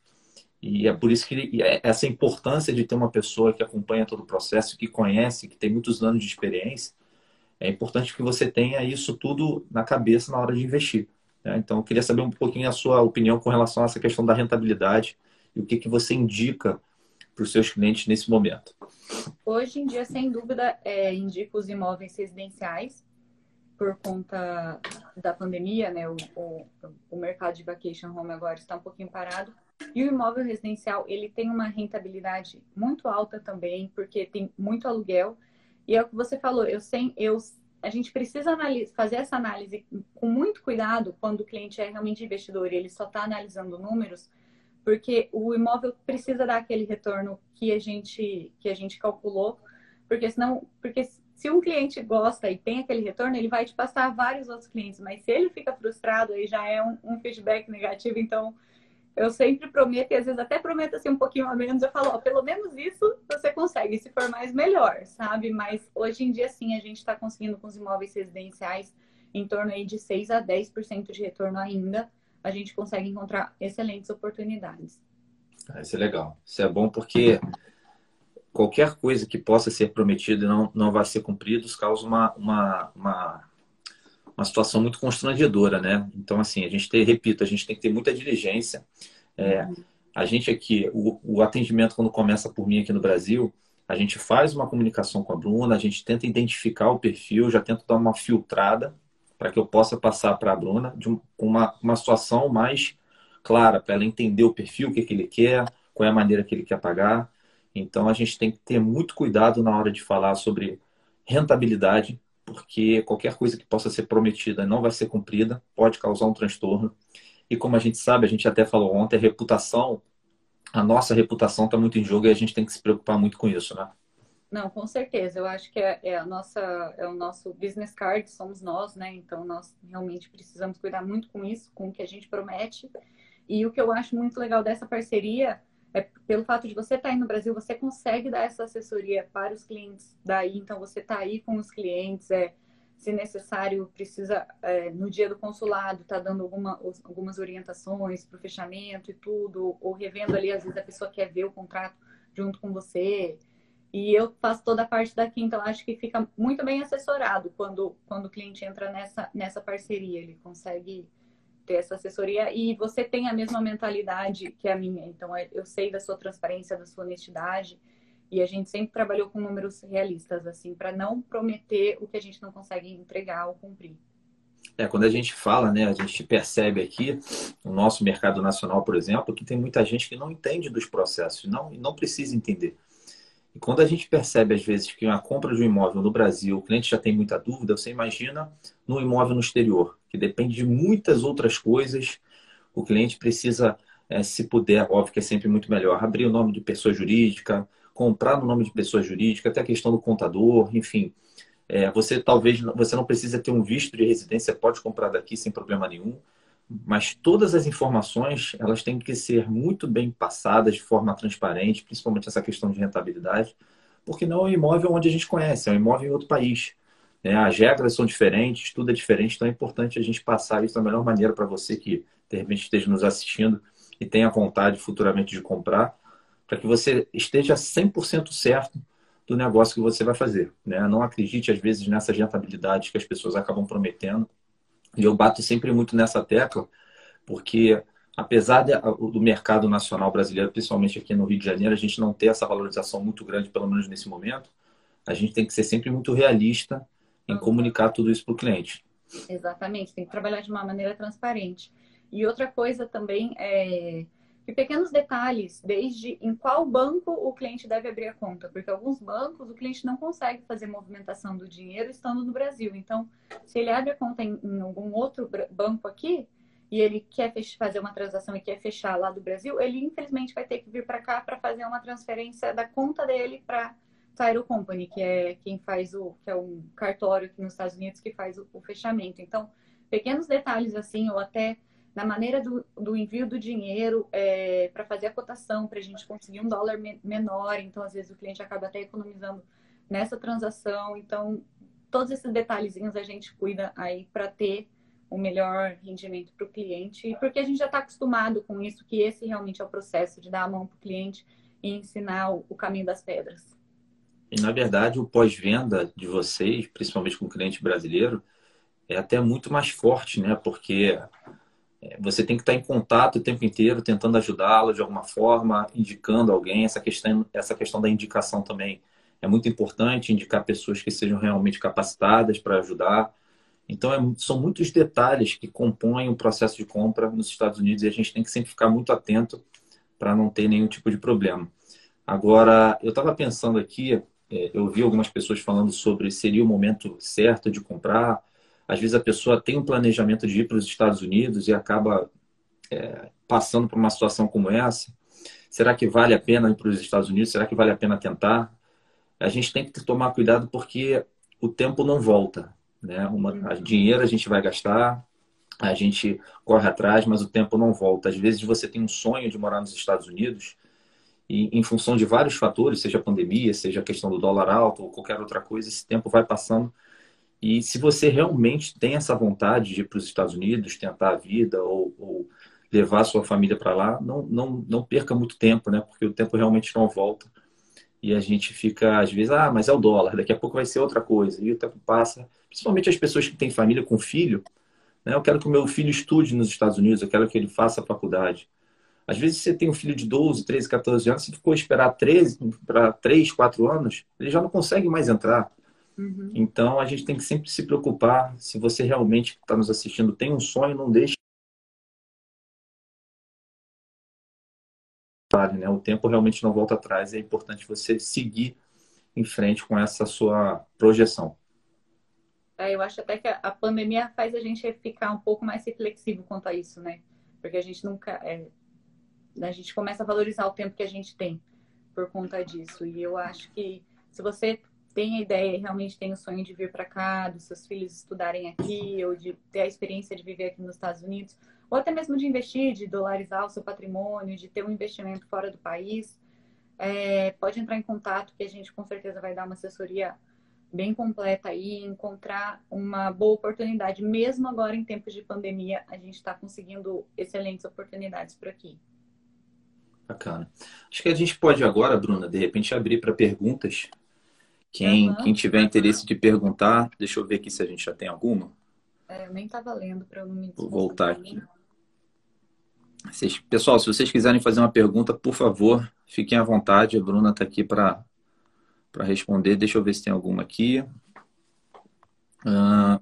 E é por isso que essa importância de ter uma pessoa que acompanha todo o processo, que conhece, que tem muitos anos de experiência, é importante que você tenha isso tudo na cabeça na hora de investir, né? Então, eu queria saber um pouquinho a sua opinião com relação a essa questão da rentabilidade e o que, que você indica para os seus clientes nesse momento. Hoje em dia, sem dúvida, é, indico os imóveis residenciais por conta da pandemia, né? O, o, o mercado de vacation home agora está um pouquinho parado. E o imóvel residencial, ele tem uma rentabilidade muito alta também, porque tem muito aluguel. E é o que você falou, eu sei, eu, a gente precisa analis, fazer essa análise com muito cuidado quando o cliente é realmente investidor e ele só está analisando números, porque o imóvel precisa dar aquele retorno que a gente, que a gente calculou, porque senão, porque se um cliente gosta e tem aquele retorno, ele vai te passar a vários outros clientes, mas se ele fica frustrado, aí já é um, um feedback negativo. Então eu sempre prometo, e às vezes até prometo assim um pouquinho a menos, eu falo, ó, pelo menos isso você consegue, se for mais, melhor, sabe? Mas hoje em dia, sim, a gente está conseguindo com os imóveis residenciais em torno aí de seis a dez por cento de retorno ainda, a gente consegue encontrar excelentes oportunidades. Ah, isso é legal. Isso é bom porque qualquer coisa que possa ser prometida e não, não vai ser cumprido causa uma, uma, uma, uma situação muito constrangedora, né? Então, assim, a gente tem, repito, a gente tem que ter muita diligência. É, a gente aqui, o, o atendimento quando começa por mim aqui no Brasil, a gente faz uma comunicação com a Bruna, a gente tenta identificar o perfil, já tento dar uma filtrada para que eu possa passar para a Bruna de um, uma, uma situação mais clara, para ela entender o perfil, o que, que ele quer, qual é a maneira que ele quer pagar. Então, a gente tem que ter muito cuidado na hora de falar sobre rentabilidade, porque qualquer coisa que possa ser prometida não vai ser cumprida, pode causar um transtorno. E como a gente sabe, a gente até falou ontem, a reputação, a nossa reputação está muito em jogo e a gente tem que se preocupar muito com isso, né? Não, com certeza. Eu acho que é, é a nossa, é o nosso business card, somos nós, né? Então, nós realmente precisamos cuidar muito com isso, com o que a gente promete. E o que eu acho muito legal dessa parceria é pelo fato de você estar aí no Brasil, você consegue dar essa assessoria para os clientes daí. Então, você está aí com os clientes, é, se necessário, precisa, é, no dia do consulado, tá dando alguma, algumas orientações para o fechamento e tudo, ou revendo ali, às vezes a pessoa quer ver o contrato junto com você. E eu faço toda a parte daqui, então acho que fica muito bem assessorado quando, quando o cliente entra nessa, nessa parceria. Ele consegue ter essa assessoria e você tem a mesma mentalidade que a minha. Então, eu sei da sua transparência, da sua honestidade e a gente sempre trabalhou com números realistas, assim, para não prometer o que a gente não consegue entregar ou cumprir. É, quando a gente fala, né, a gente percebe aqui, no nosso mercado nacional, por exemplo, que tem muita gente que não entende dos processos, não, não precisa entender. E quando a gente percebe, às vezes, que a compra de um imóvel no Brasil, o cliente já tem muita dúvida, você imagina no imóvel no exterior, que depende de muitas outras coisas. O cliente precisa, é, se puder, óbvio que é sempre muito melhor, abrir o nome de pessoa jurídica, comprar no nome de pessoa jurídica, até a questão do contador, enfim. É, você talvez você não precisa ter um visto de residência, pode comprar daqui sem problema nenhum. Mas todas as informações, elas têm que ser muito bem passadas de forma transparente, principalmente essa questão de rentabilidade, porque não é um imóvel onde a gente conhece, é um imóvel em outro país, né? As regras são diferentes, tudo é diferente, então é importante a gente passar isso da melhor maneira para você que, de repente, esteja nos assistindo e tenha vontade futuramente de comprar, para que você esteja cem por cento certo do negócio que você vai fazer, né? Não acredite, às vezes, nessas rentabilidades que as pessoas acabam prometendo. E eu bato sempre muito nessa tecla, porque apesar de, do mercado nacional brasileiro, principalmente aqui no Rio de Janeiro, a gente não ter essa valorização muito grande, pelo menos nesse momento, a gente tem que ser sempre muito realista em comunicar tudo isso para o cliente. Exatamente, tem que trabalhar de uma maneira transparente. E outra coisa também é que pequenos detalhes, desde em qual banco o cliente deve abrir a conta, porque alguns bancos o cliente não consegue fazer movimentação do dinheiro estando no Brasil. Então, se ele abre a conta em, em algum outro banco aqui e ele quer fazer uma transação e quer fechar lá do Brasil, ele infelizmente vai ter que vir para cá para fazer uma transferência da conta dele para Title Company, que é quem faz o, que é um cartório aqui nos Estados Unidos que faz o, o fechamento. Então, pequenos detalhes assim, ou até na maneira do, do envio do dinheiro é, para fazer a cotação, para a gente conseguir um dólar me, menor. Então, às vezes, o cliente acaba até economizando nessa transação. Então, todos esses detalhezinhos a gente cuida aí para ter o melhor rendimento para o cliente, e porque a gente já está acostumado com isso, que esse realmente é o processo de dar a mão para o cliente e ensinar o, o caminho das pedras. E, na verdade, o pós-venda de vocês, principalmente com o cliente brasileiro, é até muito mais forte, né? Porque você tem que estar em contato o tempo inteiro, tentando ajudá-lo de alguma forma, indicando alguém. Essa questão, essa questão da indicação também é muito importante, indicar pessoas que sejam realmente capacitadas para ajudar. Então, é, são muitos detalhes que compõem o processo de compra nos Estados Unidos, e a gente tem que sempre ficar muito atento para não ter nenhum tipo de problema. Agora, eu estava pensando aqui, é, eu vi algumas pessoas falando sobre seria o momento certo de comprar. Às vezes a pessoa tem um planejamento de ir para os Estados Unidos e acaba é, passando por uma situação como essa. Será que vale a pena ir para os Estados Unidos? Será que vale a pena tentar? A gente tem que tomar cuidado porque o tempo não volta, né? Uma, a dinheiro a gente vai gastar, a gente corre atrás, mas o tempo não volta. Às vezes você tem um sonho de morar nos Estados Unidos e, em função de vários fatores, seja a pandemia, seja a questão do dólar alto ou qualquer outra coisa, esse tempo vai passando. E se você realmente tem essa vontade de ir para os Estados Unidos, tentar a vida ou, ou levar a sua família para lá, não, não, não perca muito tempo, né? Porque o tempo realmente não volta. E a gente fica, às vezes, ah, mas é o dólar, daqui a pouco vai ser outra coisa. E o tempo passa. Principalmente as pessoas que têm família com filho, né? Eu quero que o meu filho estude nos Estados Unidos, eu quero que ele faça a faculdade. Às vezes você tem um filho de doze, treze, quatorze anos, se ficou esperar treze para três, quatro anos, ele já não consegue mais entrar. Uhum. Então, a gente tem que sempre se preocupar. Se você realmente está nos assistindo, tem um sonho, não deixe. Né? O tempo realmente não volta atrás. É importante você seguir em frente com essa sua projeção. É, eu acho até que a, a pandemia faz a gente ficar um pouco mais reflexivo quanto a isso, né? Porque a gente nunca... É, a gente começa a valorizar o tempo que a gente tem por conta disso. E eu acho que se você tem a ideia e realmente tem o sonho de vir para cá, dos seus filhos estudarem aqui, ou de ter a experiência de viver aqui nos Estados Unidos, ou até mesmo de investir, de dolarizar o seu patrimônio, de ter um investimento fora do país, é, pode entrar em contato que a gente com certeza vai dar uma assessoria bem completa aí, encontrar uma boa oportunidade. Mesmo agora em tempos de pandemia, a gente está conseguindo excelentes oportunidades por aqui. Bacana. Acho que a gente pode agora, Bruna, de repente abrir para perguntas. Quem, Uhum. quem tiver interesse de perguntar, deixa eu ver aqui se a gente já tem alguma. É, eu nem estava lendo para eu não me Vou voltar aqui. desconcentrar. Vocês, pessoal, se vocês quiserem fazer uma pergunta, por favor, fiquem à vontade. A Bruna está aqui para para responder. Deixa eu ver se tem alguma aqui. Uh,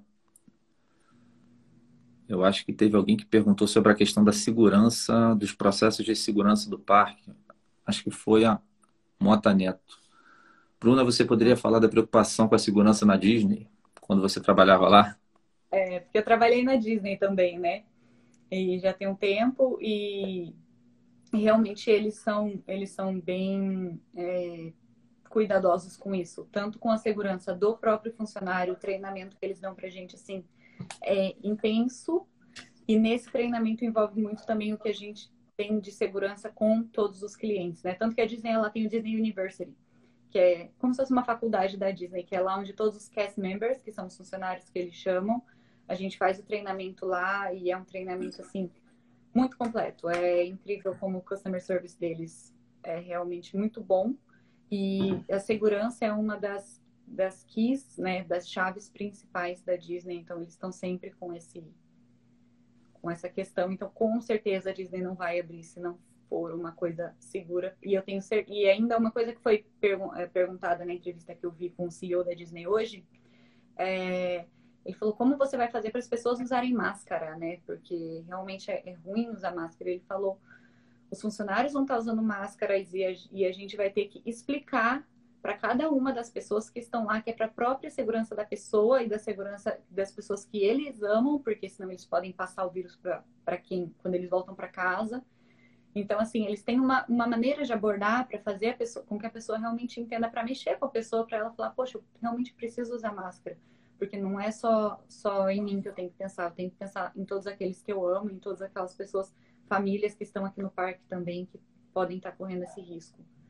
eu acho que teve alguém que perguntou sobre a questão da segurança, dos processos de segurança do parque. Acho que foi a Mota Neto. Bruna, você poderia falar da preocupação com a segurança na Disney, quando você trabalhava lá? É, porque eu trabalhei na Disney também, né? E já tem um tempo e realmente eles são, eles são bem é, cuidadosos com isso, tanto com a segurança do próprio funcionário, o treinamento que eles dão pra gente, assim, é intenso. E nesse treinamento envolve muito também o que a gente tem de segurança com todos os clientes, né? Tanto que a Disney, ela tem o Disney University, que é como se fosse uma faculdade da Disney, que é lá onde todos os cast members, que são os funcionários que eles chamam, a gente faz o treinamento lá e é um treinamento, assim, muito completo. É incrível como o customer service deles é realmente muito bom. E a segurança é uma das, das keys, né, das chaves principais da Disney. Então, eles estão sempre com esse, com essa questão. Então, com certeza, a Disney não vai abrir se não for uma coisa segura. E eu tenho cer- e ainda uma coisa que foi pergun- é, perguntada na entrevista que eu vi com o C E O da Disney hoje, é, ele falou como você vai fazer para as pessoas usarem máscara, né? Porque realmente é, é ruim usar máscara. Ele falou, os funcionários vão estar usando máscaras e a, e a gente vai ter que explicar para cada uma das pessoas que estão lá que é para a própria segurança da pessoa e da segurança das pessoas que eles amam, porque senão eles podem passar o vírus para quem, quando eles voltam para casa. Então, assim, eles têm uma, uma maneira de abordar para fazer a pessoa, com que a pessoa realmente entenda, para mexer com a pessoa, para ela falar, poxa, eu realmente preciso usar máscara. Porque não é só, só em mim que eu tenho que pensar, eu tenho que pensar em todos aqueles que eu amo, em todas aquelas pessoas, famílias que estão aqui no parque também, que podem estar correndo esse risco.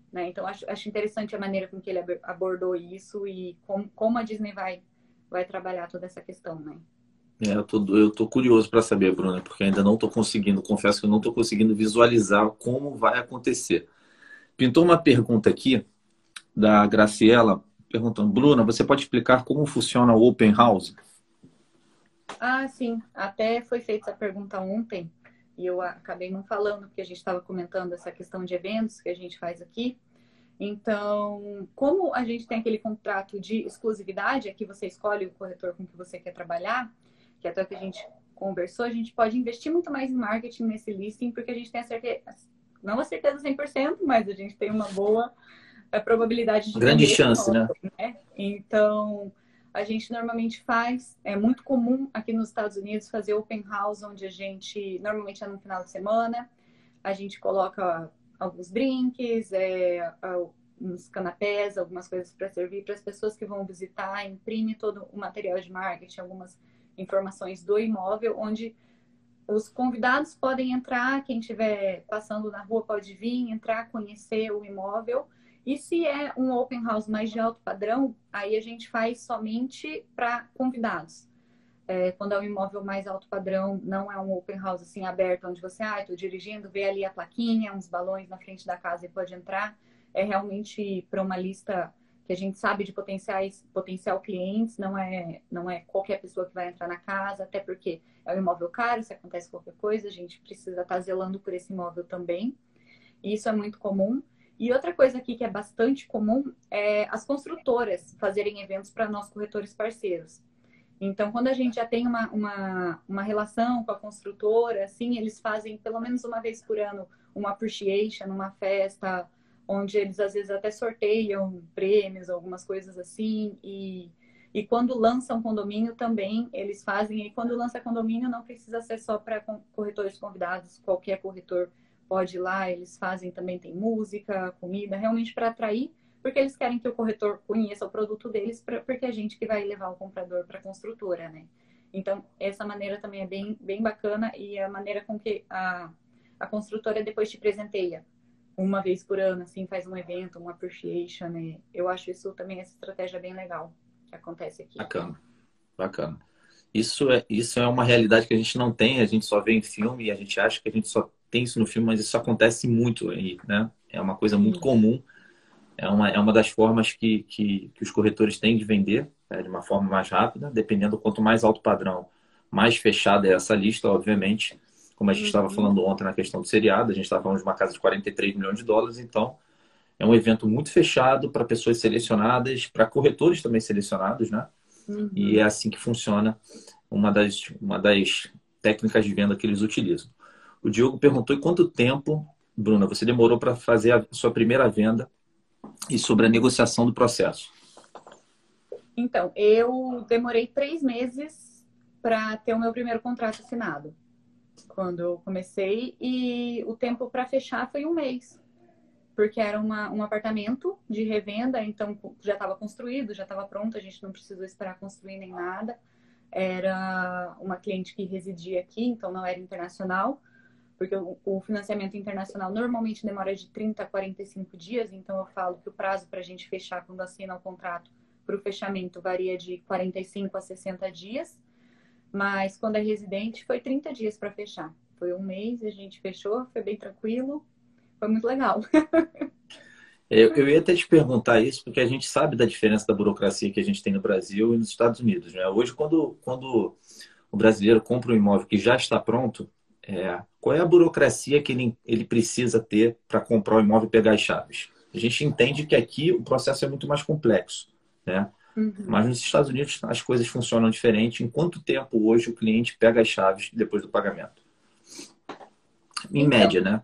né? Então, acho, acho interessante a maneira com que ele abordou isso e como, como a Disney vai, vai trabalhar toda essa questão, né? É, eu tô, eu tô curioso para saber, Bruna, porque ainda não estou conseguindo, confesso que eu não estou conseguindo visualizar como vai acontecer. Pintou uma pergunta aqui da Graciela, perguntando, Bruna, você pode explicar como funciona o Open House? Ah, sim. Até foi feita essa pergunta ontem e eu acabei não falando, porque a gente estava comentando essa questão de eventos que a gente faz aqui. Então, como a gente tem aquele contrato de exclusividade, aqui você escolhe o corretor com que você quer trabalhar, que é até o que a gente conversou, a gente pode investir muito mais em marketing nesse listing, porque a gente tem a certeza, não a certeza cem por cento, mas a gente tem uma boa a probabilidade de Grande vender esse chance, né? imóvel, né? Então, a gente normalmente faz, é muito comum aqui nos Estados Unidos fazer open house, onde a gente, normalmente é no final de semana, a gente coloca alguns drinks, é, uns canapés, algumas coisas para servir para as pessoas que vão visitar, imprime todo o material de marketing, algumas informações do imóvel, onde os convidados podem entrar, quem estiver passando na rua pode vir, entrar, conhecer o imóvel. E se é um open house mais de alto padrão, aí a gente faz somente para convidados. É, quando é um imóvel mais alto padrão, não é um open house assim aberto, onde você, ah, estou dirigindo, vê ali a plaquinha, uns balões na frente da casa e pode entrar. É realmente para uma lista que a gente sabe de potenciais, potencial clientes, não é, não é qualquer pessoa que vai entrar na casa, até porque é um imóvel caro, se acontece qualquer coisa, a gente precisa estar zelando por esse imóvel também. E isso é muito comum. E outra coisa aqui que é bastante comum é as construtoras fazerem eventos para nós corretores parceiros. Então, quando a gente já tem uma, uma, uma relação com a construtora, assim, eles fazem pelo menos uma vez por ano uma appreciation, uma festa, onde eles às vezes até sorteiam prêmios, algumas coisas assim. E, e quando lançam condomínio também, eles fazem. E quando lança condomínio, não precisa ser só para corretores convidados, qualquer corretor pode ir lá, eles fazem também, tem música, comida, realmente para atrair, porque eles querem que o corretor conheça o produto deles, pra, porque é a gente que vai levar o comprador para a construtora, né? Então, essa maneira também é bem, bem bacana e a maneira com que a, a construtora depois te presenteia. Uma vez por ano, assim, faz um evento, um appreciation, né? Eu acho isso também, essa estratégia bem legal que acontece aqui. Bacana, bacana. Isso é, isso é uma realidade que a gente não tem, a gente só vê em filme e a gente acha que a gente só tem isso no filme, mas isso acontece muito aí, né? É uma coisa muito comum, é uma, é uma das formas que, que, que os corretores têm de vender, né? De uma forma mais rápida, dependendo quanto mais alto padrão, mais fechada é essa lista, obviamente. Como a gente estava Uhum. falando ontem na questão do seriado, a gente estava falando de uma casa de quarenta e três milhões de dólares, então é um evento muito fechado para pessoas selecionadas, para corretores também selecionados, né? Uhum. E é assim que funciona uma das, uma das técnicas de venda que eles utilizam. O Diogo perguntou em quanto tempo, Bruna, você demorou para fazer a sua primeira venda e sobre a negociação do processo. Então, eu demorei três meses para ter o meu primeiro contrato assinado, quando eu comecei, e o tempo para fechar foi um mês, porque era uma, um apartamento de revenda, então já estava construído, já estava pronto, a gente não precisou esperar construir nem nada. Era uma cliente que residia aqui, então não era internacional, porque o, o financiamento internacional normalmente demora de trinta a quarenta e cinco dias, então eu falo que o prazo para a gente fechar quando assina o contrato para o fechamento varia de quarenta e cinco a sessenta dias, mas quando é residente foi trinta dias para fechar. Foi um mês, a gente fechou, foi bem tranquilo, foi muito legal. Eu, eu ia até te perguntar isso, porque a gente sabe da diferença da burocracia que a gente tem no Brasil e nos Estados Unidos, né? Hoje, quando, quando o brasileiro compra um imóvel que já está pronto, é, qual é a burocracia que ele, ele precisa ter para comprar o imóvel e pegar as chaves? A gente entende que aqui o processo é muito mais complexo, né? Uhum. Mas nos Estados Unidos as coisas funcionam diferente. Em quanto tempo hoje o cliente pega as chaves depois do pagamento? Em Então, média, né?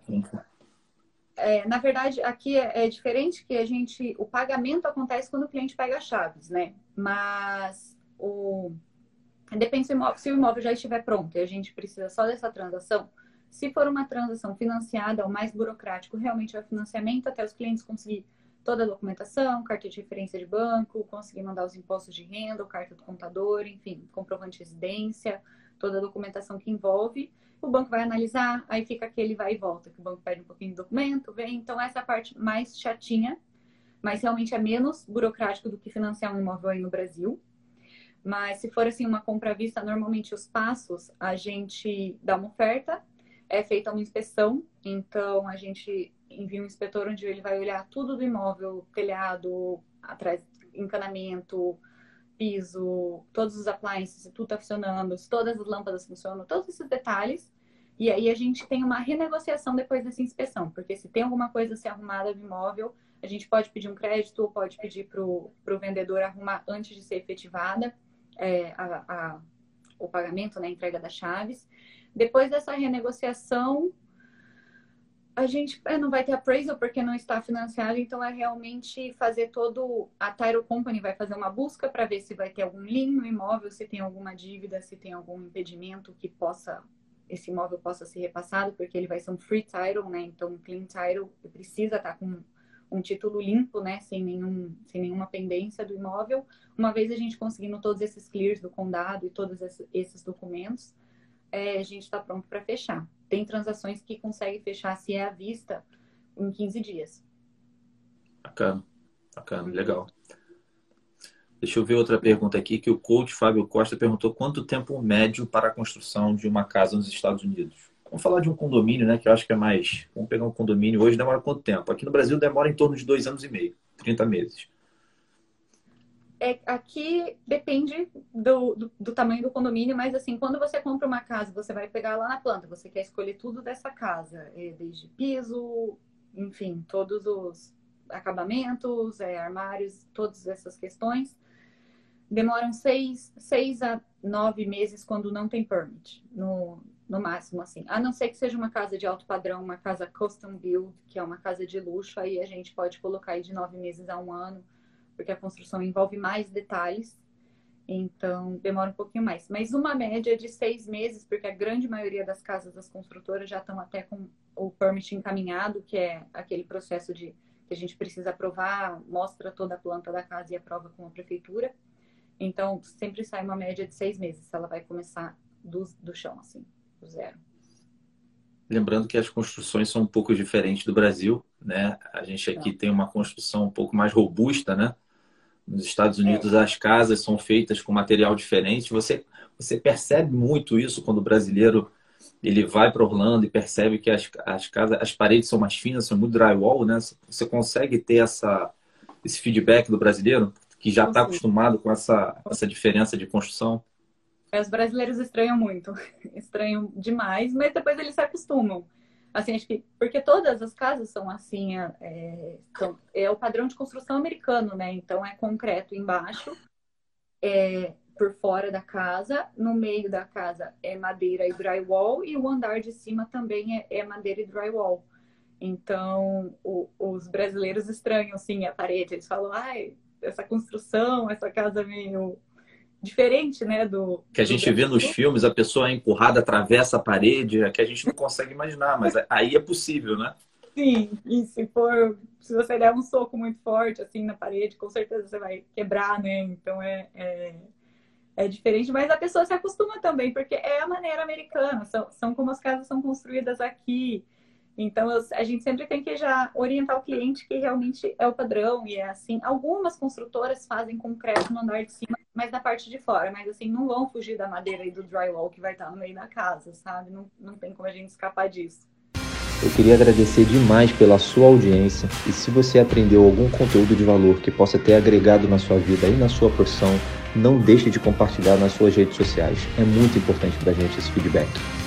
É, na verdade, aqui é, é diferente que a gente, o pagamento acontece quando o cliente pega as chaves, né? Mas o depende se o imóvel, se o imóvel já estiver pronto e a gente precisa só dessa transação. Se for uma transação financiada, o mais burocrático realmente é o financiamento, até os clientes conseguir toda a documentação, carta de referência de banco, conseguir mandar os impostos de renda, carta do contador, enfim, comprovante de residência, toda a documentação que envolve. o banco vai analisar, aí fica aquele vai e volta, que o banco pede um pouquinho de documento, vem. Então, essa é a parte mais chatinha, mas realmente é menos burocrático do que financiar um imóvel aí no Brasil. Mas se for assim uma compra à vista, normalmente os passos, a gente dá uma oferta, é feita uma inspeção, então a gente envia um inspetor onde ele vai olhar tudo do imóvel, telhado, atrás, encanamento, piso, todos os appliances, se tudo está funcionando, se todas as lâmpadas funcionam, todos esses detalhes. E aí a gente tem uma renegociação depois dessa inspeção, porque se tem alguma coisa a ser arrumada no imóvel, a gente pode pedir um crédito ou pode pedir para o vendedor arrumar antes de ser efetivada é, a, a, o pagamento, né, a entrega das chaves. Depois dessa renegociação, a gente é, não vai ter appraisal porque não está financiado, então é realmente fazer todo... A Title Company vai fazer uma busca para ver se vai ter algum lien no imóvel, se tem alguma dívida, se tem algum impedimento que possa... esse imóvel possa ser repassado, porque ele vai ser um free title, né? Então, um clean title precisa estar com um título limpo, né? Sem, nenhum, sem nenhuma pendência do imóvel. Uma vez a gente conseguindo todos esses clears do condado e todos esses documentos, é, a gente está pronto para fechar. Tem transações que consegue fechar, se é à vista, em quinze dias. Bacana, bacana, legal. Deixa eu ver outra pergunta aqui, que o coach Fábio Costa perguntou quanto tempo médio para a construção de uma casa nos Estados Unidos. Vamos falar de um condomínio, né? Que eu acho que é mais... Vamos pegar um condomínio hoje, demora quanto tempo? Aqui no Brasil demora em torno de dois anos e meio, trinta meses. É, aqui depende do, do, do tamanho do condomínio, mas assim, quando você compra uma casa, você vai pegar lá na planta, você quer escolher tudo dessa casa, é, desde piso, enfim, todos os acabamentos, é, armários, todas essas questões. Demoram seis, seis a nove meses quando não tem permit, no, no máximo, assim. A não ser que seja uma casa de alto padrão, uma casa custom build, que é uma casa de luxo, aí a gente pode colocar aí de nove meses a um ano, porque a construção envolve mais detalhes, então demora um pouquinho mais. Mas uma média de seis meses, porque a grande maioria das casas das construtoras já estão até com o permit encaminhado, que é aquele processo de que a gente precisa aprovar, mostra toda a planta da casa e aprova com a prefeitura. Então, sempre sai uma média de seis meses, ela vai começar do, do chão, assim, do zero. Lembrando que as construções são um pouco diferentes do Brasil, né? A gente aqui Não. tem uma construção um pouco mais robusta, né? Nos Estados Unidos, é. as casas são feitas com material diferente. Você, você percebe muito isso quando o brasileiro ele vai para Orlando e percebe que as, as, casas, as paredes são mais finas, são muito drywall, né? Você consegue ter essa, esse feedback do brasileiro que já está acostumado com essa, essa diferença de construção? É, os brasileiros estranham muito, estranham demais, mas depois eles se acostumam. Assim, acho que porque todas as casas são assim, é, são, é o padrão de construção americano, né? Então é concreto embaixo, é, por fora da casa, no meio da casa é madeira e drywall, e o andar de cima também é, é madeira e drywall. Então o, os brasileiros estranham assim a parede, eles falam, ai, essa construção, essa casa meio diferente, né? Do que a gente do vê nos filmes, a pessoa é empurrada, atravessa a parede, é que a gente não consegue imaginar, mas aí é possível, né? Sim, e se for, se você der um soco muito forte assim na parede, com certeza você vai quebrar, né? Então é, é, é diferente, mas a pessoa se acostuma também, porque é a maneira americana, são, são como as casas são construídas aqui. Então, a gente sempre tem que já orientar o cliente que realmente é o padrão e é assim. Algumas construtoras fazem concreto no andar de cima, mas na parte de fora. Mas, assim, não vão fugir da madeira e do drywall que vai estar no meio da casa, sabe? Não, não tem como a gente escapar disso. Eu queria agradecer demais pela sua audiência. E se você aprendeu algum conteúdo de valor que possa ter agregado na sua vida e na sua profissão, não deixe de compartilhar nas suas redes sociais. É muito importante pra gente esse feedback.